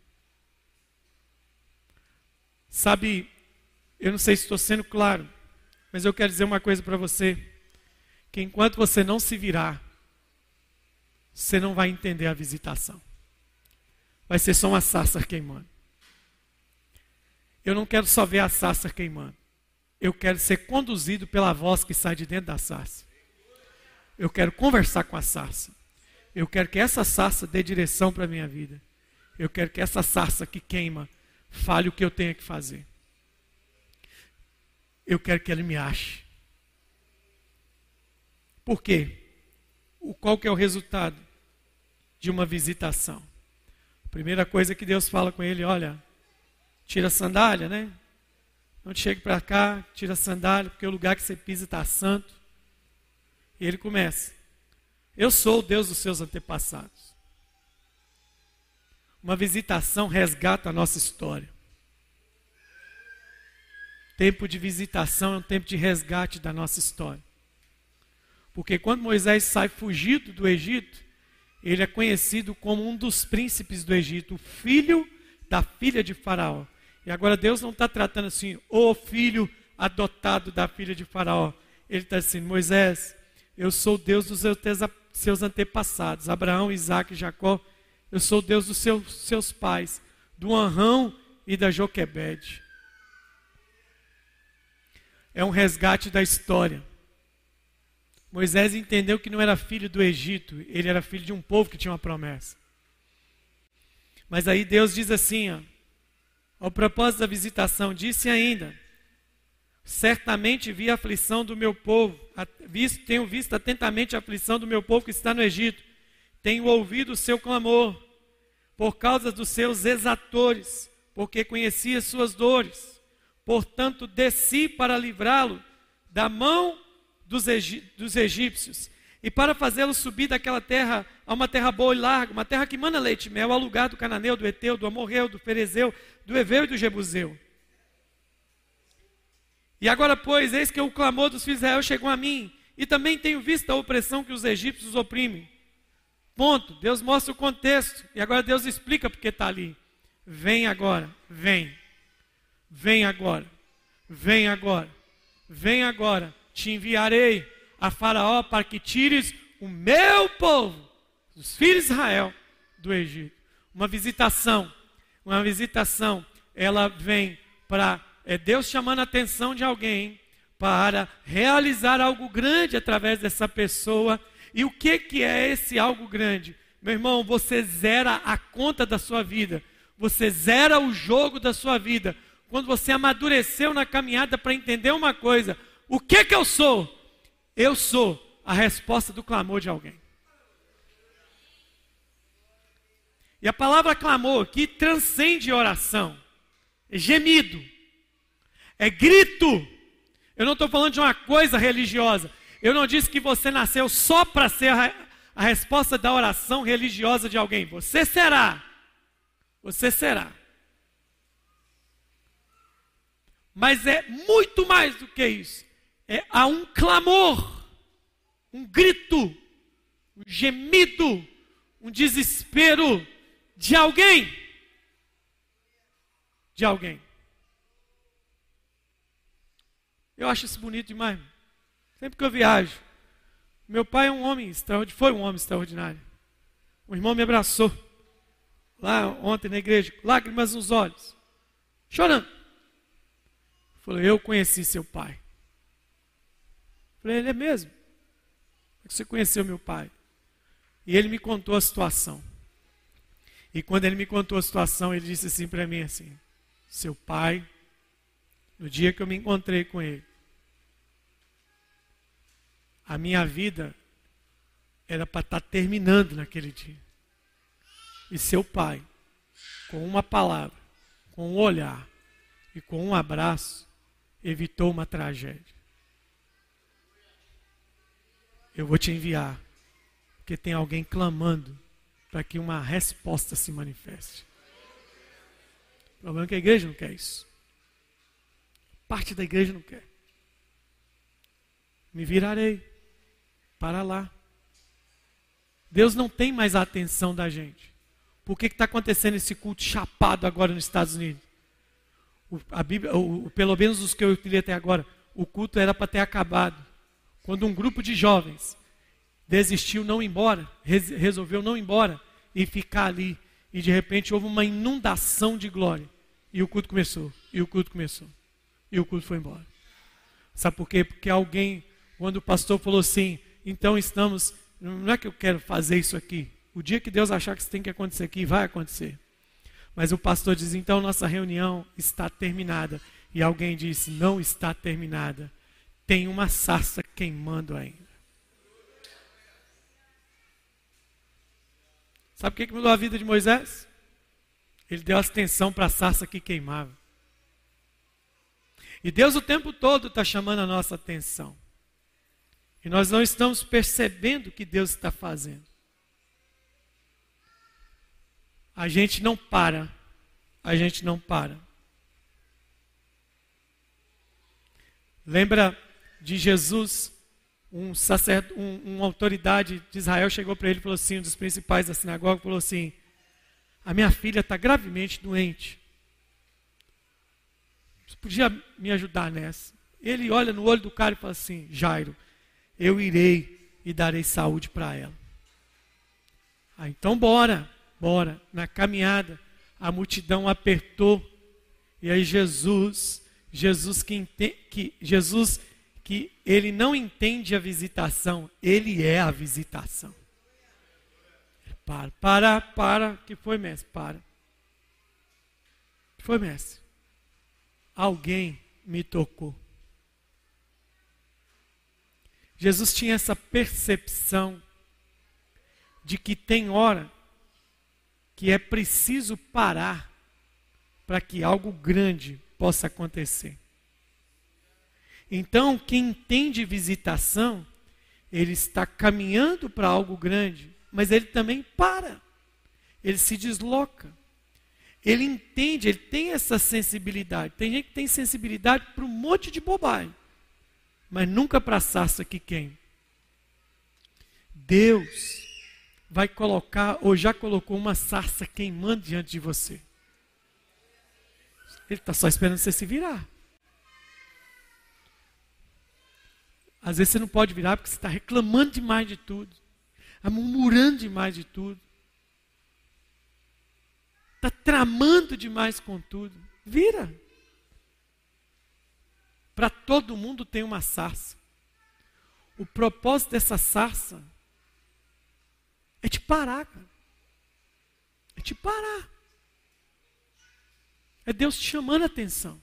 Sabe, eu não sei se estou sendo claro, mas eu quero dizer uma coisa para você, que enquanto você não se virar, você não vai entender a visitação. Vai ser só uma sarça queimando. Eu não quero só ver a sarça queimando. Eu quero ser conduzido pela voz que sai de dentro da sarça. Eu quero conversar com a sarça. Eu quero que essa sarça dê direção para a minha vida. Eu quero que essa sarça que queima fale o que eu tenho que fazer. Eu quero que ele me ache. Por quê? Qual que é o resultado de uma visitação? A primeira coisa que Deus fala com ele, olha, tira a sandália, né? Não chegue para cá, tira a sandália, porque o lugar que você pisa está santo. E ele começa. Eu sou o Deus dos seus antepassados. Uma visitação resgata a nossa história. Tempo de visitação é um tempo de resgate da nossa história. Porque quando Moisés sai fugido do Egito, ele é conhecido como um dos príncipes do Egito, o filho da filha de Faraó. E agora Deus não está tratando assim, o filho adotado da filha de Faraó. Ele está dizendo, Moisés, eu sou o Deus dos seus antepassados, Abraão, Isaque e Jacó. Eu sou o Deus dos seus pais, do Anrão e da Joquebede. É um resgate da história. Moisés entendeu que não era filho do Egito, ele era filho de um povo que tinha uma promessa. Mas aí Deus diz assim, ao propósito da visitação, disse ainda, certamente vi a aflição do meu povo, tenho visto atentamente a aflição do meu povo que está no Egito, tenho ouvido o seu clamor, por causa dos seus exatores, porque conheci as suas dores, portanto desci para livrá-lo da mão dos egípcios, e para fazê-lo subir daquela terra a uma terra boa e larga, uma terra que mana leite e mel, ao lugar do cananeu, do Eteu, do Amorreu, do Ferezeu, do Eveu e do Jebuseu. E agora, pois, eis que o clamor dos filhos de Israel chegou a mim, e também tenho visto a opressão que os egípcios oprimem. Ponto. Deus mostra o contexto, e agora Deus explica porque está ali. Vem agora, vem. Vem agora, vem agora, vem agora. Te enviarei a Faraó para que tires o meu povo, os filhos de Israel, do Egito. Uma visitação, ela vem para, Deus chamando a atenção de alguém para realizar algo grande através dessa pessoa. E o que é esse algo grande? Meu irmão, você zera a conta da sua vida, você zera o jogo da sua vida, quando você amadureceu na caminhada para entender uma coisa. O que eu sou? Eu sou a resposta do clamor de alguém. E a palavra clamor aqui transcende oração. É gemido. É grito. Eu não estou falando de uma coisa religiosa. Eu não disse que você nasceu só para ser a resposta da oração religiosa de alguém. Você será. Você será. Mas é muito mais do que isso. Há um clamor, um grito, um gemido, um desespero de alguém. De alguém. Eu acho isso bonito demais. Sempre que eu viajo. Meu pai é um homem extraordinário, foi um homem extraordinário. Um irmão me abraçou. Lá ontem na igreja, lágrimas nos olhos. Chorando. Falou, eu conheci seu pai. Falei, ele é mesmo? Como é que você conheceu meu pai? E ele me contou a situação. E quando ele me contou a situação, ele disse assim para mim, assim, seu pai, no dia que eu me encontrei com ele, a minha vida era para estar terminando naquele dia. E seu pai, com uma palavra, com um olhar e com um abraço, evitou uma tragédia. Eu vou te enviar, porque tem alguém clamando para que uma resposta se manifeste. O problema é que a igreja não quer isso. Parte da igreja não quer. Me virarei para lá. Deus não tem mais a atenção da gente. Por que está acontecendo esse culto chapado agora nos Estados Unidos? A Bíblia, pelo menos os que eu li até agora, o culto era para ter acabado. Quando um grupo de jovens desistiu, não ir embora, resolveu não ir embora e ficar ali. E de repente houve uma inundação de glória. E o culto começou, e o culto começou. E o culto foi embora. Sabe por quê? Porque alguém, quando o pastor falou assim, então estamos, não é que eu quero fazer isso aqui. O dia que Deus achar que isso tem que acontecer aqui, vai acontecer. Mas o pastor diz, então nossa reunião está terminada. E alguém disse, não está terminada. Tem uma sarça queimando ainda. Sabe o que mudou a vida de Moisés? Ele deu atenção para a sarça que queimava. E Deus o tempo todo está chamando a nossa atenção. E nós não estamos percebendo o que Deus está fazendo. A gente não para. A gente não para. Lembra de Jesus, uma autoridade de Israel chegou para ele e falou assim, um dos principais da sinagoga, falou assim, a minha filha está gravemente doente. Você podia me ajudar nessa? Ele olha no olho do cara e fala assim, Jairo, eu irei e darei saúde para ela. Então bora. Na caminhada, a multidão apertou. E aí Jesus que ele não entende a visitação, ele é a visitação. Para, que foi, mestre? Para. Que foi, mestre? Alguém me tocou. Jesus tinha essa percepção de que tem hora que é preciso parar para que algo grande possa acontecer. Então, quem entende visitação, ele está caminhando para algo grande, mas ele também para. Ele se desloca. Ele entende, ele tem essa sensibilidade. Tem gente que tem sensibilidade para um monte de bobagem, mas nunca para a sarça que queima. Deus vai colocar, ou já colocou uma sarça queimando diante de você. Ele está só esperando você se virar. Às vezes você não pode virar porque você está reclamando demais de tudo. Está murmurando demais de tudo. Está tramando demais com tudo. Vira. Para todo mundo tem uma sarça. O propósito dessa sarça é te parar, cara. É te parar. É Deus te chamando a atenção.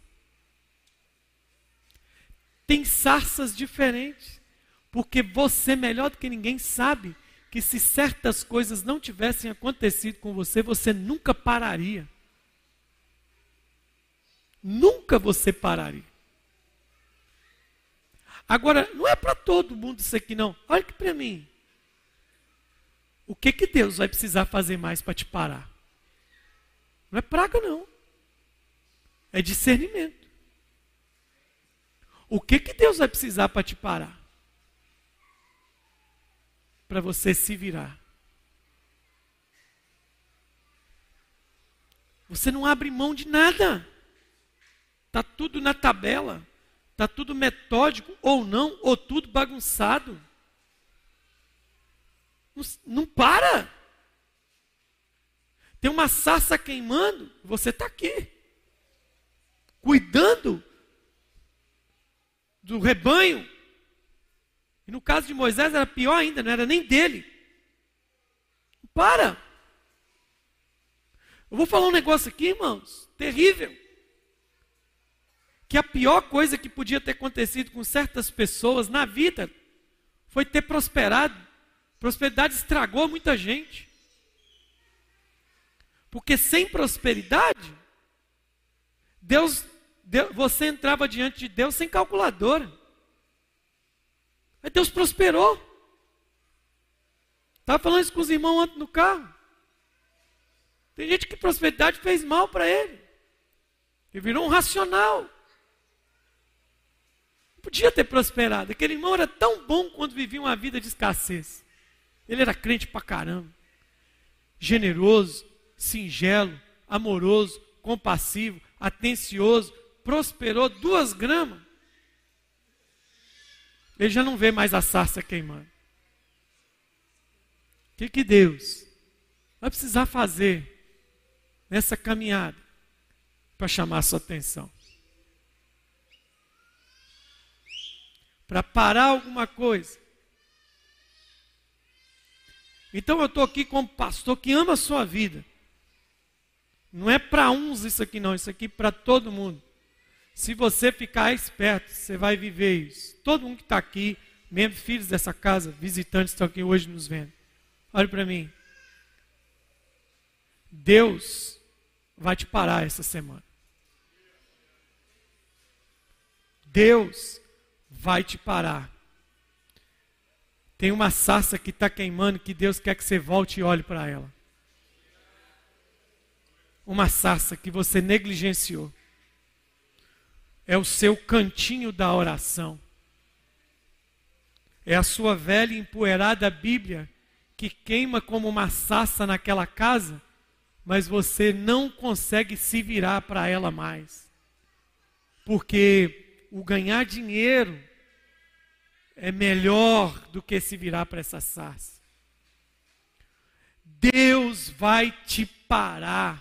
Tem sarças diferentes. Porque você, melhor do que ninguém, sabe que se certas coisas não tivessem acontecido com você, você nunca pararia. Nunca você pararia. Agora, não é para todo mundo isso aqui, não. Olha aqui para mim. O que Deus vai precisar fazer mais para te parar? Não é praga, não. É discernimento. O que Deus vai precisar para te parar? Para você se virar. Você não abre mão de nada. Está tudo na tabela. Está tudo metódico, ou não, ou tudo bagunçado. Não para. Tem uma sarça queimando, você está aqui. Cuidando do rebanho. E no caso de Moisés era pior ainda, não era nem dele. Para. Eu vou falar um negócio aqui, irmãos, terrível. Que a pior coisa que podia ter acontecido com certas pessoas na vida foi ter prosperado. Prosperidade estragou muita gente. Porque sem prosperidade, você entrava diante de Deus sem calculadora. Aí Deus prosperou. Estava falando isso com os irmãos ontem no carro. Tem gente que prosperidade fez mal para ele. Ele virou um racional. Não podia ter prosperado. Aquele irmão era tão bom quando vivia uma vida de escassez. Ele era crente pra caramba. Generoso, singelo, amoroso, compassivo, atencioso. Prosperou 2 gramas. Ele já não vê mais a sarça queimando. O que Deus vai precisar fazer nessa caminhada para chamar a sua atenção? Para parar alguma coisa. Então eu estou aqui como pastor que ama a sua vida. Não é para uns isso aqui não, isso aqui é para todo mundo. Se você ficar esperto, você vai viver isso. Todo mundo que está aqui, membros, filhos dessa casa, visitantes que estão aqui hoje nos vendo. Olha para mim. Deus vai te parar essa semana. Deus vai te parar. Tem uma sarça que está queimando que Deus quer que você volte e olhe para ela. Uma sarça que você negligenciou. É o seu cantinho da oração. É a sua velha e empoeirada Bíblia que queima como uma sarça naquela casa, mas você não consegue se virar para ela mais. Porque o ganhar dinheiro é melhor do que se virar para essa sarça. Deus vai te parar.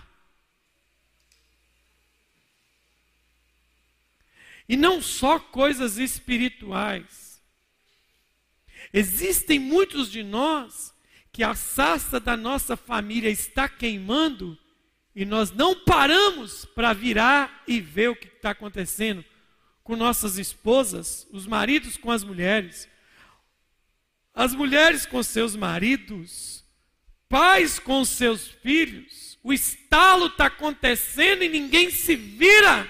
E não só coisas espirituais. Existem muitos de nós que a sarça da nossa família está queimando e nós não paramos para virar e ver o que está acontecendo com nossas esposas, os maridos com as mulheres com seus maridos, pais com seus filhos. O estalo está acontecendo e ninguém se vira.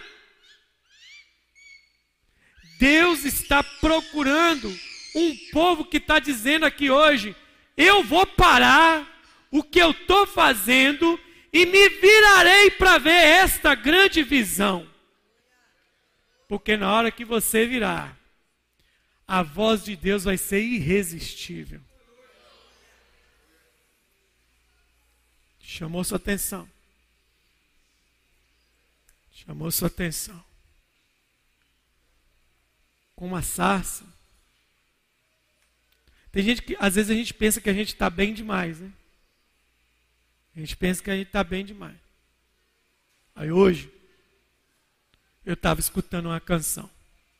Deus está procurando um povo que está dizendo aqui hoje: eu vou parar o que eu estou fazendo e me virarei para ver esta grande visão. Porque na hora que você virar, a voz de Deus vai ser irresistível. Chamou sua atenção. Chamou sua atenção. Com uma sarça. Tem gente que, às vezes a gente pensa que a gente está bem demais, né? A gente pensa que a gente está bem demais. Aí hoje, eu estava escutando uma canção.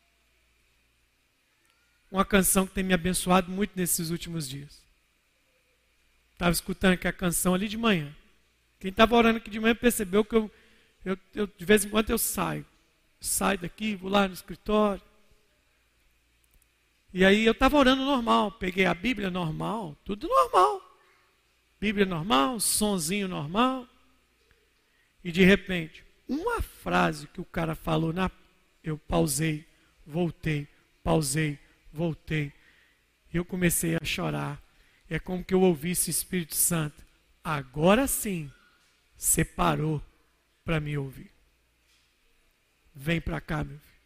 Uma canção que tem me abençoado muito nesses últimos dias. Estava escutando aqui a canção ali de manhã. Quem estava orando aqui de manhã percebeu que eu de vez em quando eu saio. Saio daqui, vou lá no escritório. E aí eu estava orando normal. Peguei a Bíblia normal, tudo normal. Bíblia normal, sonzinho normal. E de repente, uma frase que o cara falou, eu pausei, voltei, pausei, voltei. Eu comecei a chorar. É como que eu ouvisse o Espírito Santo. Agora sim, você parou para me ouvir. Vem para cá, meu filho.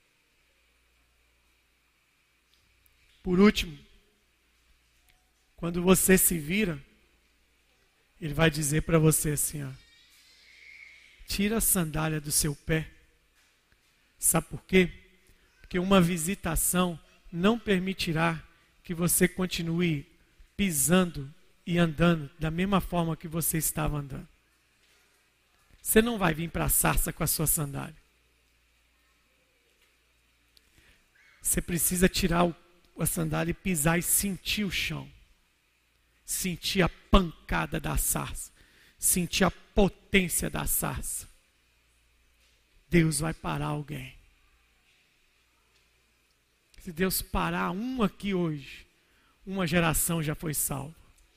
Por último, quando você se vira, ele vai dizer para você assim, ó: tira a sandália do seu pé. Sabe por quê? Porque uma visitação não permitirá que você continue pisando e andando da mesma forma que você estava andando. Você não vai vir para a sarça com a sua sandália. Você precisa tirar a sandália e pisar e sentir o chão. Sentir a pancada da sarça. Sentir a potência da sarça. Deus vai parar alguém. Se Deus parar um aqui hoje, uma geração já foi salva.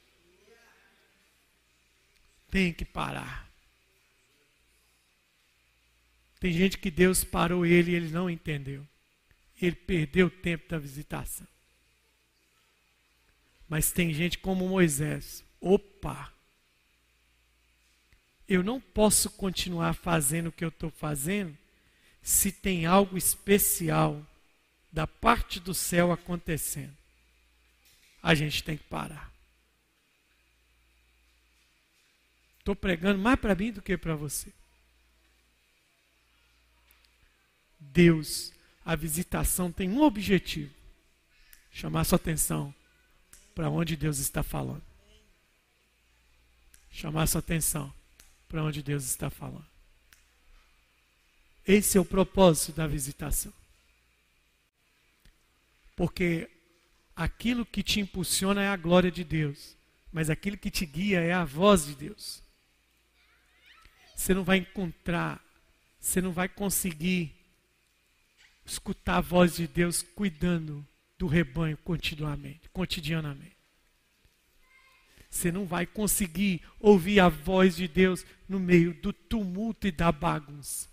Tem que parar. Tem gente que Deus parou ele e ele não entendeu. Ele perdeu o tempo da visitação. Mas tem gente como Moisés. Opa! Eu não posso continuar fazendo o que eu estou fazendo se tem algo especial da parte do céu acontecendo. A gente tem que parar. Estou pregando mais para mim do que para você. Deus, a visitação tem um objetivo: chamar sua atenção para onde Deus está falando. Chamar sua atenção para onde Deus está falando. Esse é o propósito da visitação. Porque aquilo que te impulsiona é a glória de Deus, mas aquilo que te guia é a voz de Deus. Você não vai encontrar, você não vai conseguir escutar a voz de Deus cuidando do rebanho cotidianamente. Você não vai conseguir ouvir a voz de Deus no meio do tumulto e da bagunça.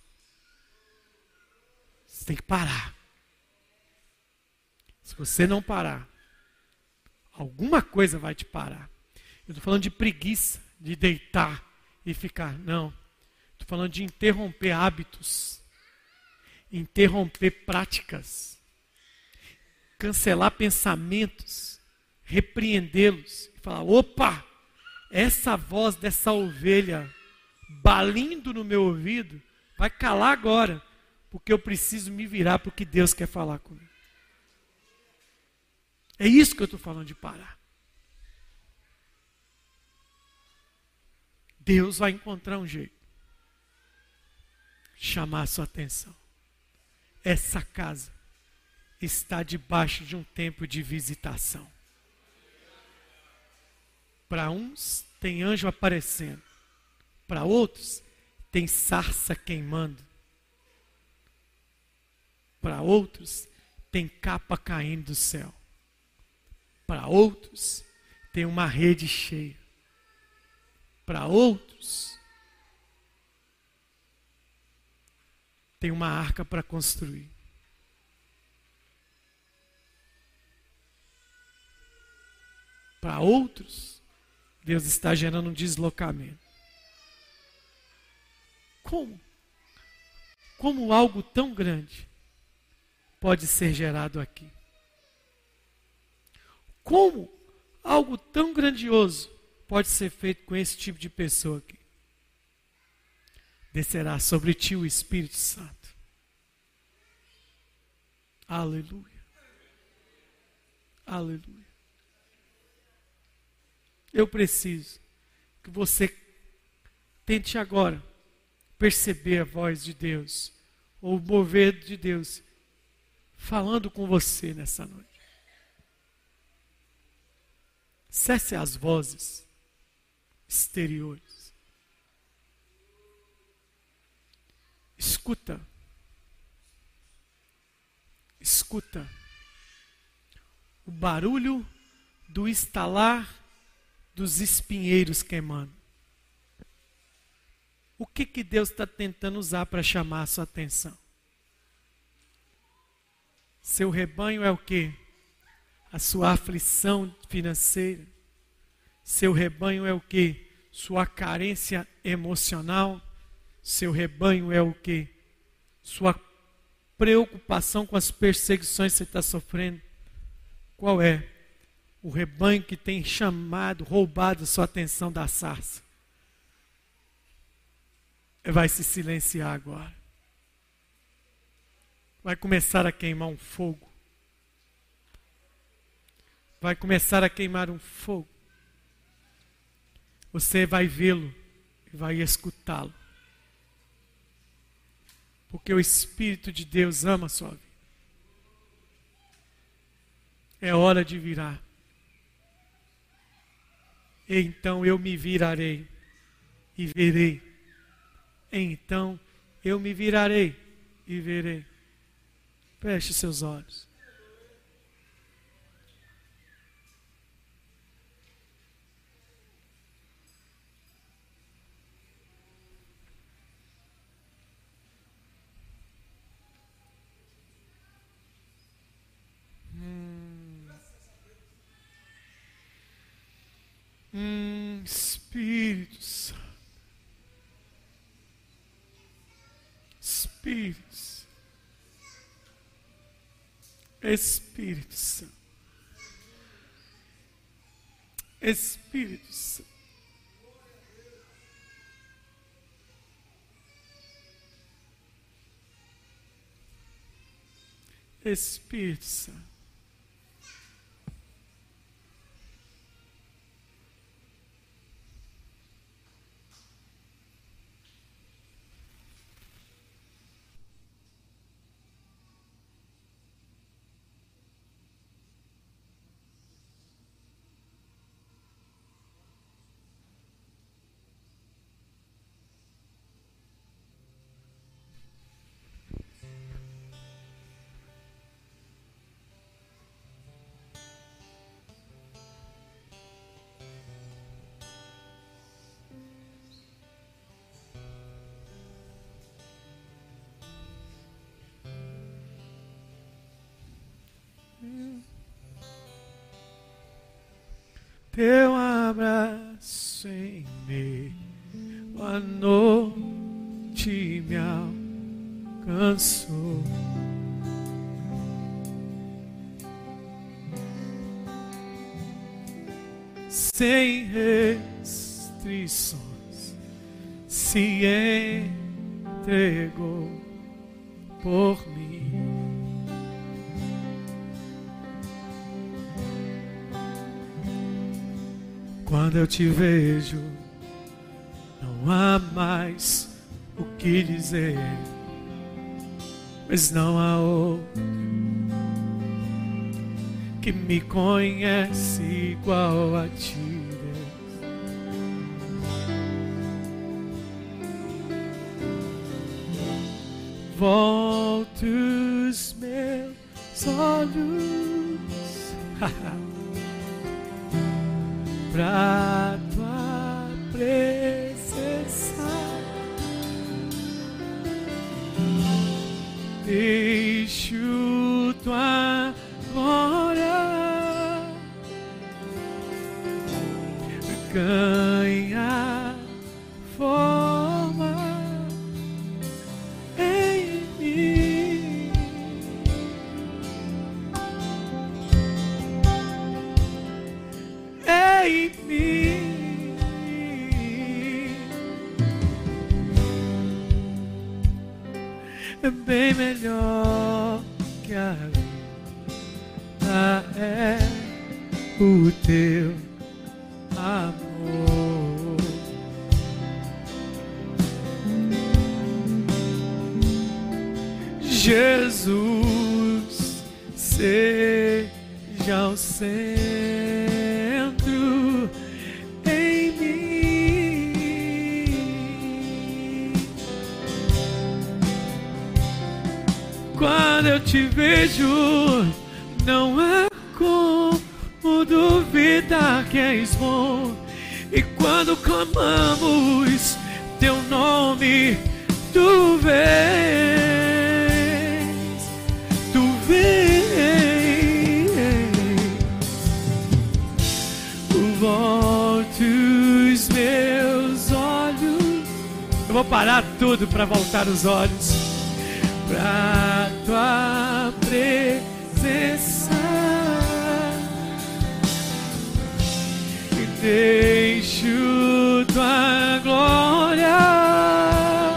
Você tem que parar. Se você não parar, Alguma coisa vai te parar. Eu estou falando de preguiça, de deitar e ficar. Não. Estou falando de interromper hábitos, interromper práticas, cancelar pensamentos, repreendê-los e falar: opa, essa voz dessa ovelha balindo no meu ouvido vai calar agora, porque eu preciso me virar para o que Deus quer falar comigo. É isso que eu estou falando de parar. Deus vai encontrar um jeito de chamar a sua atenção. Essa casa está debaixo de um tempo de visitação. Para uns tem anjo aparecendo, para outros tem sarça queimando, para outros tem capa caindo do céu, para outros tem uma rede cheia, para outros tem uma arca para construir. Para outros, Deus está gerando um deslocamento. Como? Como algo tão grande pode ser gerado aqui? Como algo tão grandioso pode ser feito com esse tipo de pessoa aqui? Descerá sobre ti o Espírito Santo. Aleluia. Aleluia. Eu preciso que você tente agora perceber a voz de Deus, ou o mover de Deus, falando com você nessa noite. Cesse as vozes exteriores. Escuta. Escuta o barulho do estalar dos espinheiros queimando. O que Deus está tentando usar para chamar a sua atenção? Seu rebanho é o quê? A sua aflição financeira. Seu rebanho é o quê? Sua carência emocional. Seu rebanho é o quê? Sua preocupação com as perseguições que você está sofrendo. Qual é? O rebanho que tem chamado, roubado a sua atenção da sarça. Vai se silenciar agora. Vai começar a queimar um fogo. Vai começar a queimar um fogo. Você vai vê-lo e vai escutá-lo. Porque o Espírito de Deus ama a sua vida. É hora de virar. Então eu me virarei e verei. Então eu me virarei e verei. Feche seus olhos. Espírito Santo. Espírito Santo. Espírito Santo. Espírito Santo. Espírito Santo. teu abraço em meio à noite me alcançou. Sem restrições se entregou por mim. Quando eu te vejo, não há mais o que dizer, pois não há outro que me conhece igual a ti, Deus. Volto os meus olhos pra tua presença, deixo tua glória ganhar forma em mim. Em mim. É bem melhor que a vida é o teu amor. Jesus, seja o centro em mim. Quando eu te vejo, não há como duvidar que és bom. E quando clamamos teu nome, tu vens, tu vens. Volte os meus olhos. Eu vou parar tudo para voltar os olhos pra tua presença. Deixo tua glória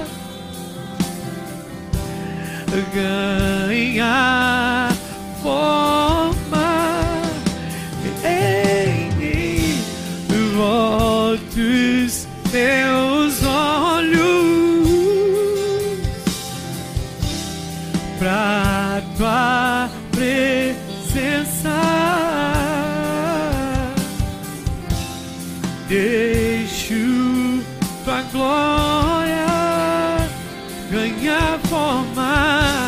ganhar forma em mim. Volto os meus olhos pra tua presença. Deixo tua glória ganhar forma,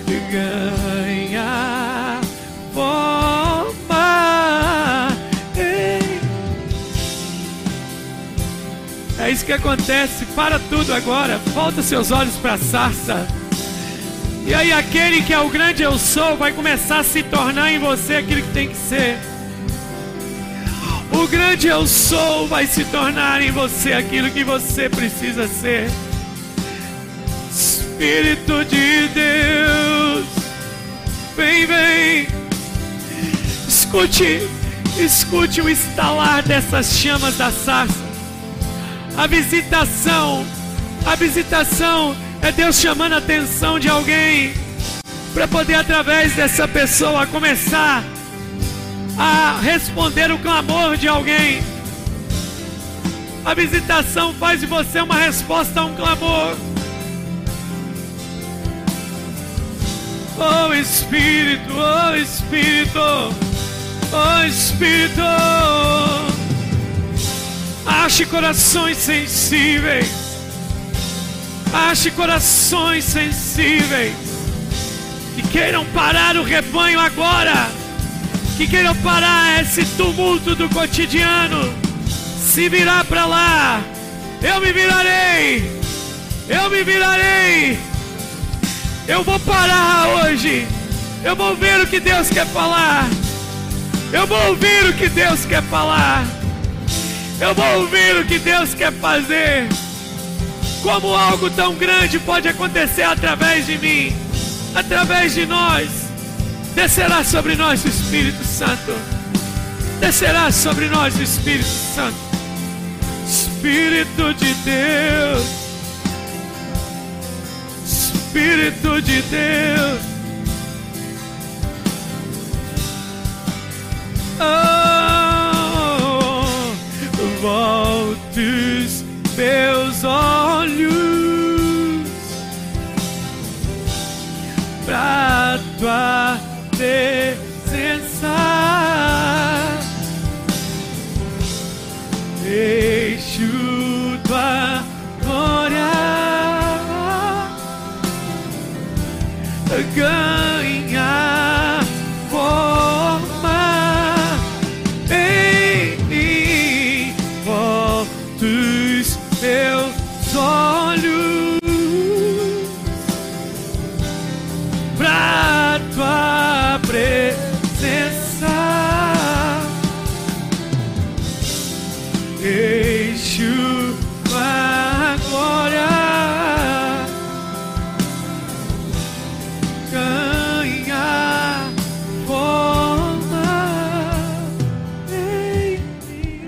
ganhar forma. Ei. É isso que acontece. Para tudo agora. Volta seus olhos para a sarça. E aí aquele que é o grande eu sou vai começar a se tornar em você aquilo que tem que ser. O grande eu sou vai se tornar em você aquilo que você precisa ser. Espírito de Deus, vem, vem. Escute o estalar dessas chamas da sarça. A visitação é Deus chamando a atenção de alguém para poder, através dessa pessoa, começar a responder o clamor de alguém. A visitação faz de você uma resposta a um clamor. Oh Espírito, oh Espírito, oh Espírito, ache corações sensíveis, ache corações sensíveis que queiram parar o rebanho agora, que queiram parar esse tumulto do cotidiano, se virar para lá. Eu me virarei, eu me virarei. Eu vou parar hoje. Eu vou ver o que Deus quer falar. Eu vou ouvir o que Deus quer falar. Eu vou ouvir o que Deus quer fazer. Como algo tão grande pode acontecer através de mim, através de nós. Descerá sobre nós o Espírito Santo. Descerá sobre nós o Espírito Santo. Espírito de Deus. Espírito de Deus. Oh, volte os meus olhos pra tua presença. Deixo tua glória ganhar forma em mim. Volta os meus olhos pra tua presença. Deixo tua glória ganhar forma em mim.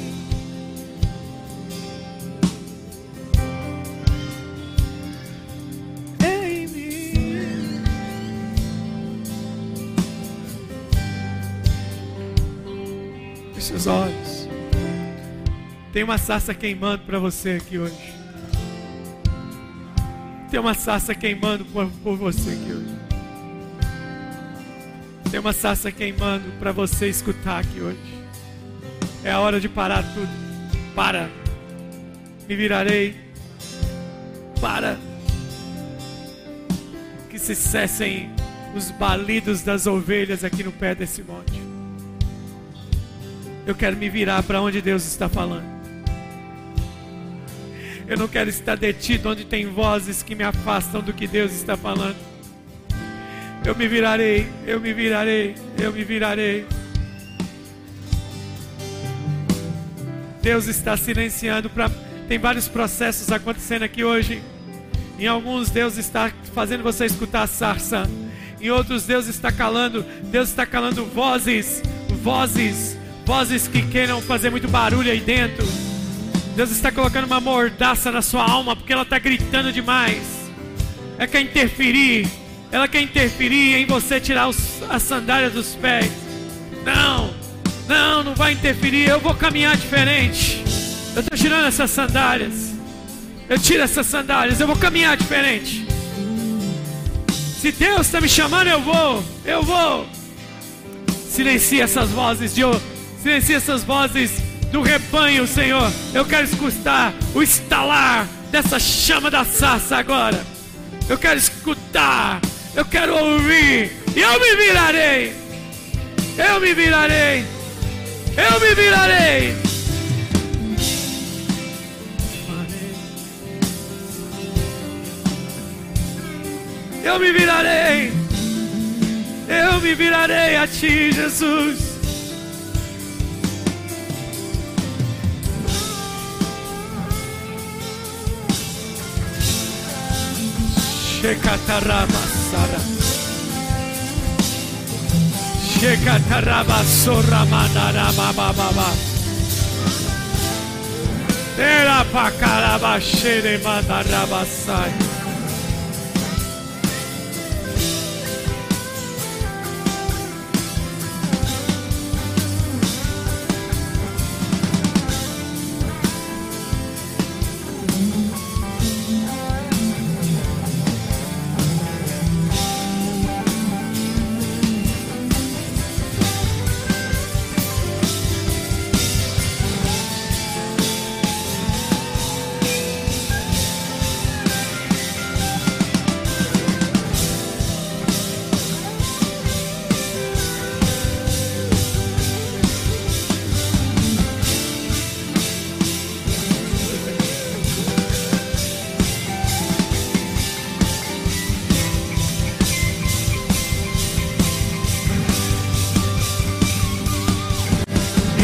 Em mim. Feche os olhos. Tem uma sarça queimando para você aqui hoje. Tem uma sarça queimando por você aqui hoje. Tem uma sarça queimando para você escutar aqui hoje. É a hora de parar tudo. Para. Me virarei. Para. Que se cessem os balidos das ovelhas aqui no pé desse monte. Eu quero me virar para onde Deus está falando. Eu não quero estar detido onde tem vozes que me afastam do que Deus está falando. Eu me virarei, eu me virarei, eu me virarei. Deus está silenciando para... Tem vários processos acontecendo aqui hoje. Em alguns Deus está fazendo você escutar a sarça. Em outros Deus está calando vozes que queiram fazer muito barulho aí dentro. Deus está colocando uma mordaça na sua alma, porque ela está gritando demais. Ela quer interferir em você tirar as sandálias dos pés. Não vai interferir, eu vou caminhar diferente. Eu estou tirando essas sandálias. Eu tiro essas sandálias, eu vou caminhar diferente. Se Deus está me chamando, eu vou. Silencia essas vozes, silencia essas vozes do rebanho, Senhor. Eu quero escutar o estalar dessa chama da sarça agora. Eu quero escutar, eu quero ouvir. E eu me virarei. Eu me virarei. Eu me virarei. Eu me virarei. Eu me virarei a ti, Jesus. Shekatarabasara. Shekatarabasora mandarabababa. Era pacarabashere mandarabasai.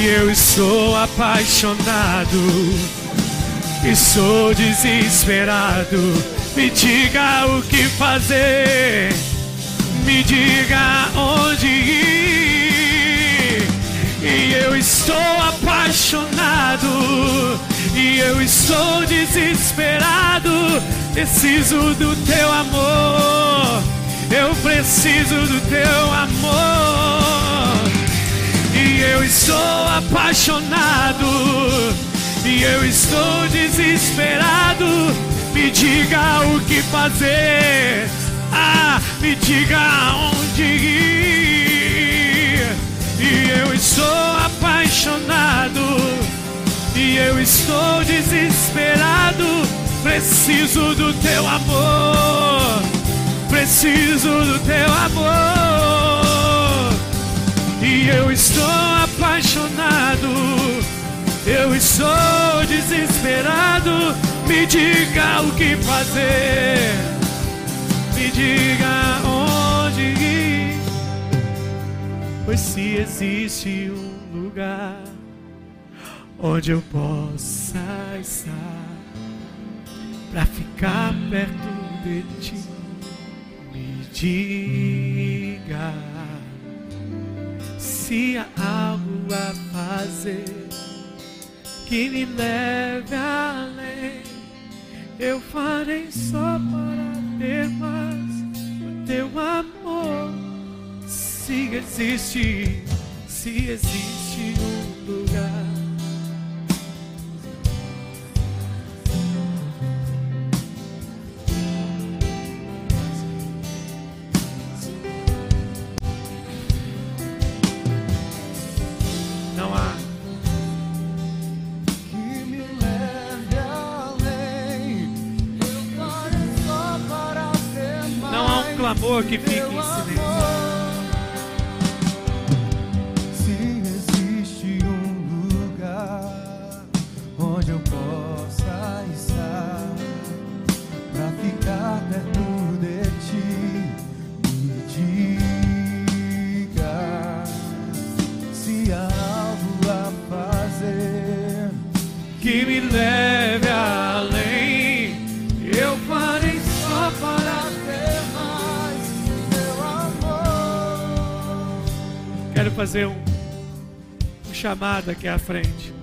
E eu estou apaixonado e sou desesperado. Me diga o que fazer, me diga onde ir. E eu estou apaixonado e eu estou desesperado. Preciso do teu amor, eu preciso do teu amor. E eu estou apaixonado e eu estou desesperado. Me diga o que fazer, me diga onde ir. E eu estou apaixonado e eu estou desesperado. Preciso do teu amor, preciso do teu amor. E eu estou apaixonado, eu estou desesperado. Me diga o que fazer, me diga onde ir. Pois se existe um lugar onde eu possa estar pra ficar perto de ti, me diga se há algo a fazer que me leve além. Eu farei só para ter mais o teu amor. Se existe um lugar. Não há. Não há um clamor que fique em silêncio. Se existe um lugar onde eu possa estar pra ficar perto de ti, me diga se há algo a fazer Que me leve além. Eu farei só para ter mais teu amor. Quero fazer um chamado aqui à frente.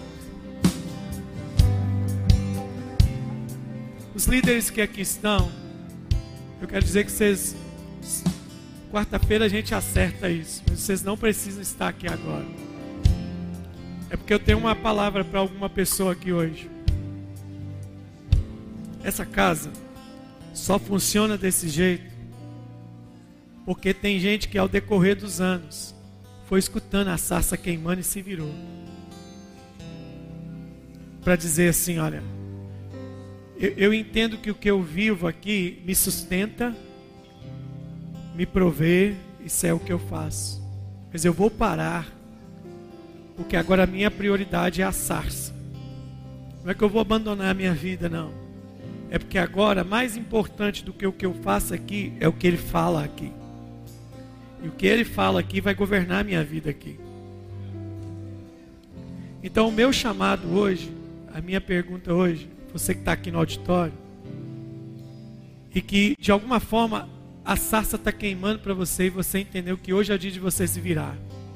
Os líderes que aqui estão, eu quero dizer que vocês, quarta-feira a gente acerta isso, mas vocês não precisam estar aqui agora. É porque eu tenho uma palavra para alguma pessoa aqui hoje. Essa casa só funciona desse jeito porque tem gente que ao decorrer dos anos foi escutando a sarça queimando e se virou para dizer assim: olha, eu entendo que o que eu vivo aqui me sustenta, me provê, isso é o que eu faço, mas eu vou parar porque agora a minha prioridade é a sarça. Não é que eu vou abandonar a minha vida, não. É porque agora, mais importante do que o que eu faço aqui, é o que Ele fala aqui. E o que Ele fala aqui vai governar a minha vida aqui. Então o meu chamado hoje, a minha pergunta hoje, você que está aqui no auditório, e que de alguma forma a sarça está queimando para você, e você entendeu que hoje é o dia de você se virar.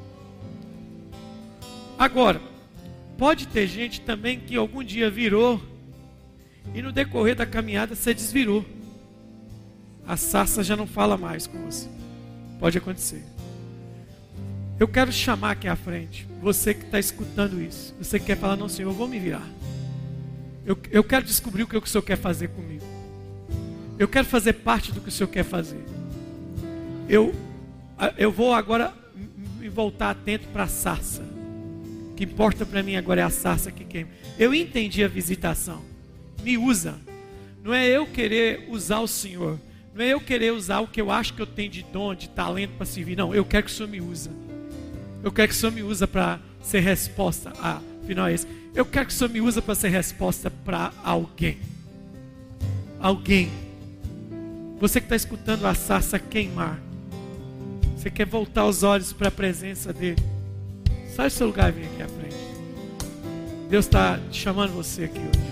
Agora, pode ter gente também que algum dia virou e no decorrer da caminhada você desvirou. A sarça já não fala mais com você. Pode acontecer. Eu quero chamar aqui à frente você que está escutando isso. Você que quer falar: não, Senhor, eu vou me virar. Eu quero descobrir o que o Senhor quer fazer comigo. Eu quero fazer parte do que o Senhor quer fazer. Eu vou agora me voltar atento para a sarça. O que importa para mim agora é a sarça que queima. Eu entendi a visitação. Me usa. Não é eu querer usar o Senhor. Não é eu querer usar o que eu acho que eu tenho de dom, de talento para servir. Não, eu quero que o Senhor me use. Eu quero que o Senhor me use para ser resposta. Afinal é esse. Eu quero que o Senhor me use para ser resposta para alguém. Alguém. Você que está escutando a sarça queimar. Você quer voltar os olhos para a presença dEle. Sai do seu lugar e vem aqui à frente. Deus está chamando você aqui hoje.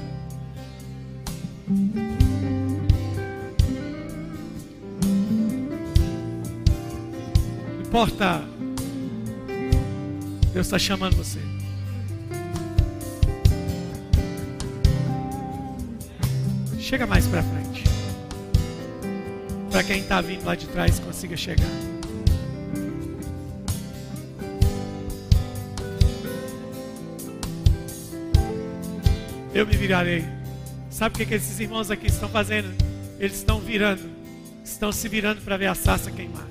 Não importa. Deus está chamando você. Chega mais para frente. Para quem está vindo lá de trás consiga chegar. Eu me virarei. Sabe o que esses irmãos aqui estão fazendo? Eles estão virando. Estão se virando para ver a sarça queimar.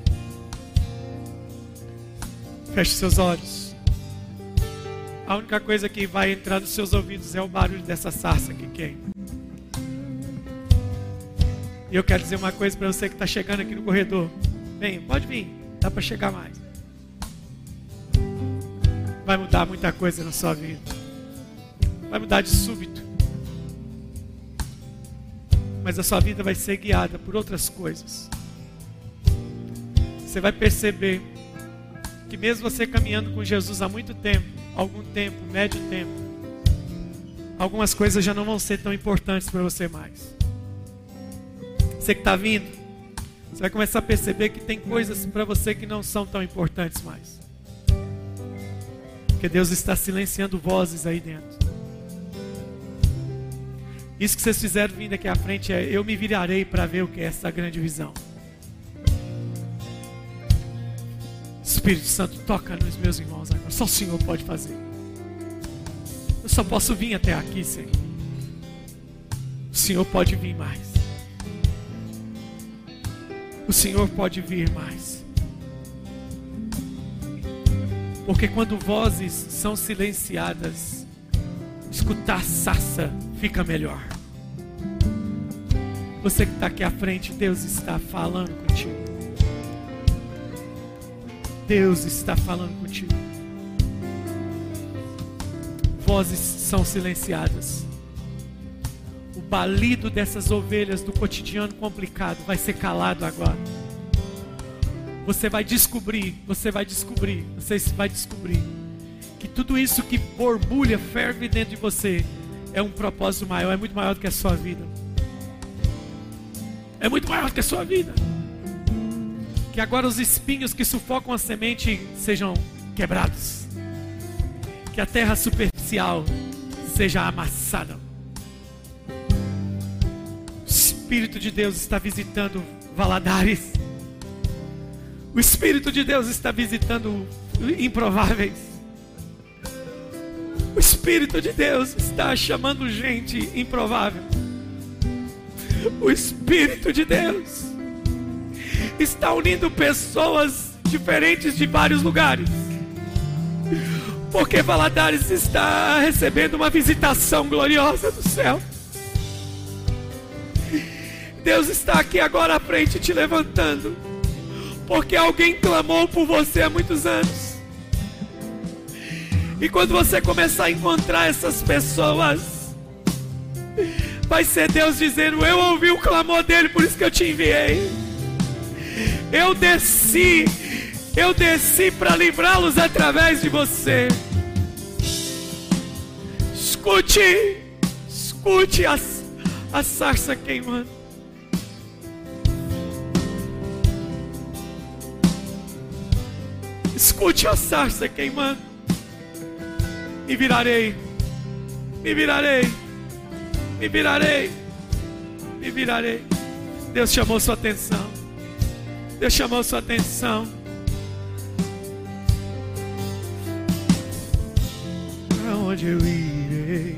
Feche seus olhos. A única coisa que vai entrar nos seus ouvidos é o barulho dessa sarça que queima. E eu quero dizer uma coisa para você que está chegando aqui no corredor. Vem, pode vir. Dá para chegar mais. Vai mudar muita coisa na sua vida. Vai mudar de súbito. Mas a sua vida vai ser guiada por outras coisas. Você vai perceber que mesmo você caminhando com Jesus há muito tempo, algum tempo, médio tempo, algumas coisas já não vão ser tão importantes para você mais. Você que está vindo, você vai começar a perceber que tem coisas para você que não são tão importantes mais. Porque Deus está silenciando vozes aí dentro. Isso que vocês fizeram vindo aqui à frente é: eu me virarei para ver o que é essa grande visão. Espírito Santo, toca nos meus irmãos agora. Só o Senhor pode fazer. Eu só posso vir até aqui, Senhor. O Senhor pode vir mais. O Senhor pode vir mais. Porque quando vozes são silenciadas, escutar sarça fica melhor. Você que está aqui à frente, Deus está falando contigo. Deus está falando contigo. Vozes são silenciadas. O balido dessas ovelhas do cotidiano complicado vai ser calado agora. Você vai descobrir que tudo isso que borbulha, ferve dentro de você é um propósito maior, é muito maior do que a sua vida. É muito maior do que a sua vida. Que agora os espinhos que sufocam a semente sejam quebrados. Que a terra superficial seja amassada. O Espírito de Deus está visitando Valadares. O Espírito de Deus está visitando improváveis. O Espírito de Deus está chamando gente improvável. O Espírito de Deus está unindo pessoas diferentes de vários lugares. Porque Valadares está recebendo uma visitação gloriosa do céu. Deus está aqui agora à frente te levantando. Porque alguém clamou por você há muitos anos. E quando você começar a encontrar essas pessoas, vai ser Deus dizendo: eu ouvi o clamor dele, por isso que eu te enviei. Eu desci para livrá-los através de você. Escute a sarça queimando. Escute a sarça queimando. Me virarei. Deus chamou sua atenção. Para onde eu irei,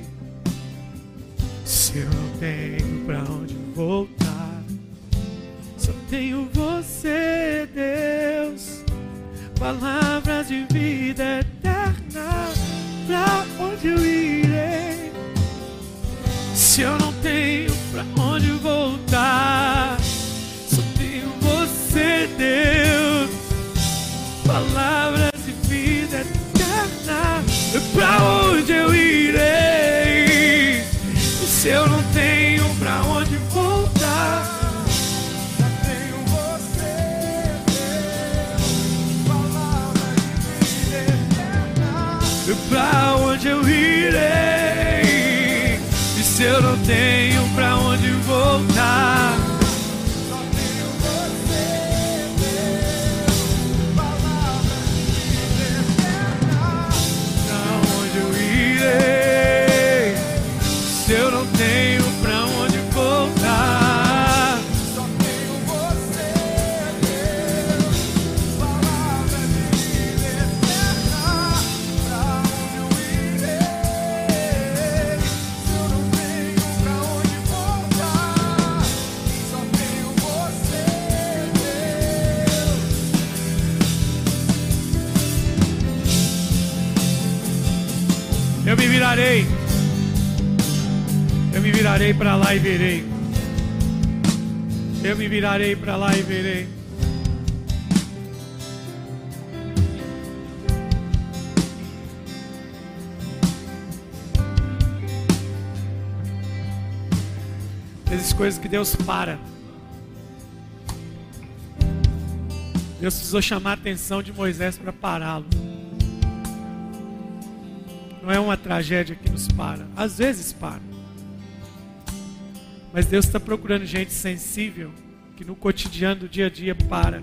se eu não tenho para onde voltar? Só tenho você, Deus. Palavras de vida eterna. Pra onde eu irei, se eu não tenho pra onde voltar? Só tenho você, Deus. Palavras de vida eterna. Pra onde eu irei, se eu não tenho pra onde voltar? Só tenho você, Deus. Palavras de vida eterna. onde eu irei? E se eu não tenho pra onde voltar? Só tenho você, Deus, palavra de vida eterna. Pra onde eu irei? Se eu não tenho pra onde voltar? Só tenho você, Deus, palavra de vida eterna. Pra onde eu irei? Se eu não tenho pra onde voltar, só tenho você, Deus. Eu me virarei. Eu me virarei para lá e verei. Eu me virarei para lá e verei. Existem coisas que Deus para. Deus precisou chamar a atenção de Moisés para pará-lo. Não é uma tragédia que nos para. Às vezes para. Mas Deus está procurando gente sensível, que no cotidiano do dia a dia para.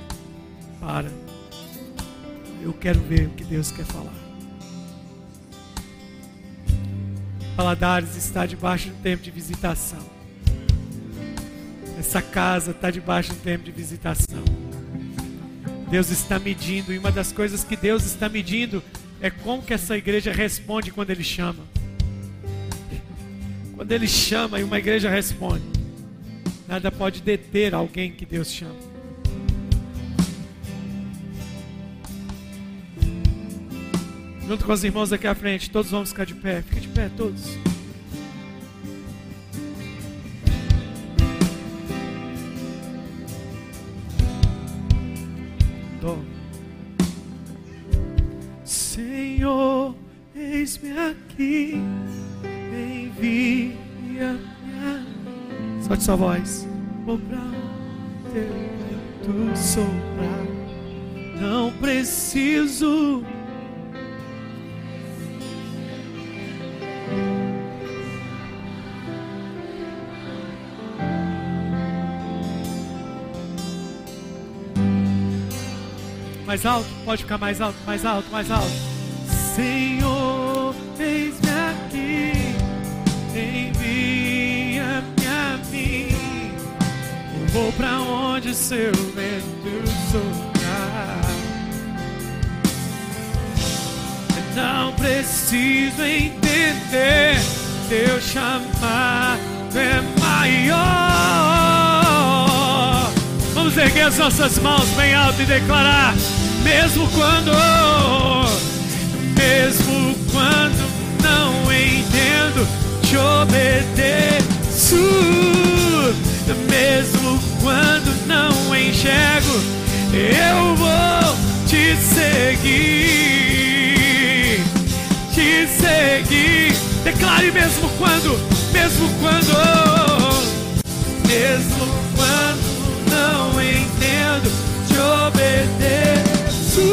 Eu quero ver o que Deus quer falar. Valadares está debaixo de um tempo de visitação. Essa casa está debaixo de um tempo de visitação. Deus está medindo, e uma das coisas que Deus está medindo é como que essa igreja responde quando Ele chama. Quando Ele chama e uma igreja responde, nada pode deter alguém que Deus chama. Junto com os irmãos aqui à frente, todos vamos ficar de pé. Fica de pé, todos. Senhor, eis-me aqui. Envia-me. Solte sua voz. Vou pra teu vento soprar. Não preciso. Mais alto, pode ficar mais alto, mais alto, mais alto. Senhor, eis-me aqui. Envia-me a mim. Eu vou pra onde seu vento soprar. Eu não preciso entender. Teu chamado é maior. Vamos erguer as nossas mãos bem alto e declarar: mesmo quando não entendo, te obedeço. Mesmo quando não enxergo, eu vou te seguir. Te seguir. Declare: mesmo quando não entendo, te obedeço.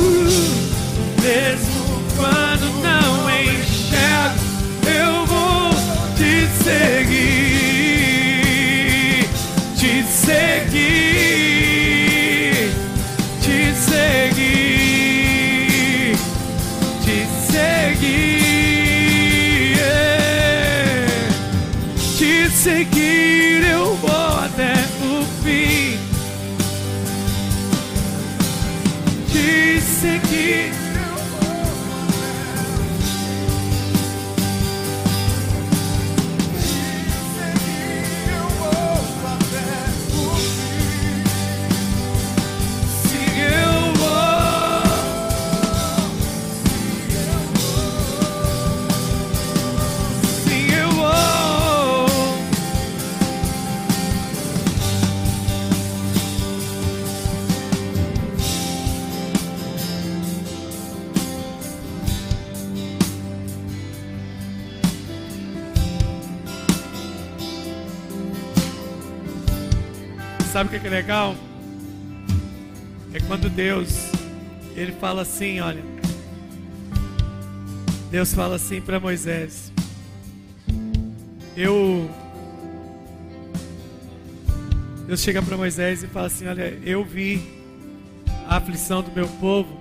Mesmo quando não enxergo, eu vou te seguir. Te seguir. Te seguir. Te seguir. Te seguir, eu vou até o fim. Te seguir, eu vou até o fim. Sim, eu vou. Sim, eu vou. Sabe o que é legal? É quando Deus, Ele fala assim: olha, Deus fala assim para Moisés: Deus chega para Moisés e fala assim: olha, eu vi a aflição do meu povo,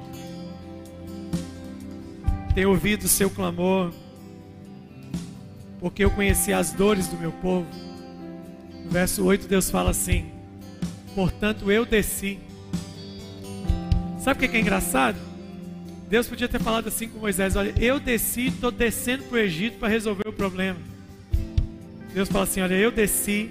tenho ouvido o seu clamor, porque eu conheci as dores do meu povo. No verso 8 Deus fala assim: portanto eu desci. Sabe o que é engraçado? Deus podia ter falado assim com Moisés: olha, eu desci, estou descendo para o Egito para resolver o problema. Deus fala assim: olha, eu desci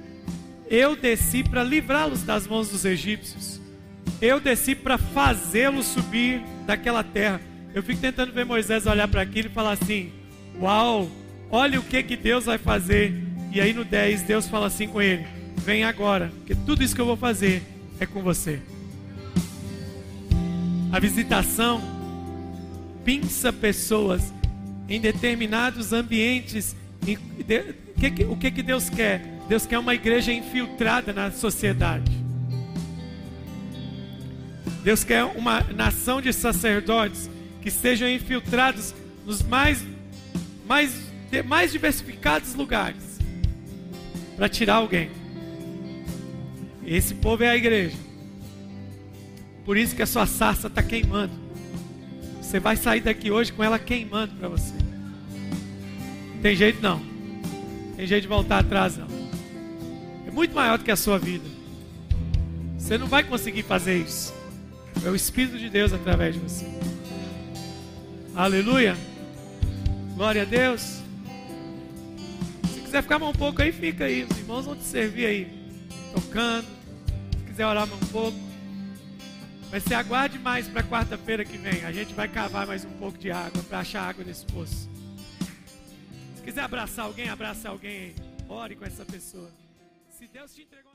para livrá-los das mãos dos egípcios. Eu desci para fazê-los subir daquela terra. Eu fico tentando ver Moisés olhar para aquilo e falar assim: uau, olha o que Deus vai fazer. E aí no 10 Deus fala assim com ele: vem agora, porque tudo isso que eu vou fazer é com você. A visitação pinça pessoas em determinados ambientes. O que Deus quer? Deus quer uma igreja infiltrada na sociedade. Deus quer uma nação de sacerdotes que sejam infiltrados nos mais diversificados lugares para tirar alguém. Esse povo é a igreja. Por isso que a sua sarça está queimando. Você vai sair daqui hoje com ela queimando para você. Tem jeito não. Tem jeito de voltar atrás não. É muito maior do que a sua vida. Você não vai conseguir fazer isso. É o Espírito de Deus através de você. Aleluia. Glória a Deus. Se quiser ficar mais um pouco aí, fica aí. Os irmãos vão te servir aí, tocando. Se quiser orar mais um pouco. Mas se aguarde mais para quarta-feira que vem. A gente vai cavar mais um pouco de água para achar água nesse poço. Se quiser abraçar alguém, abraça alguém aí. Ore com essa pessoa. Se Deus te entregou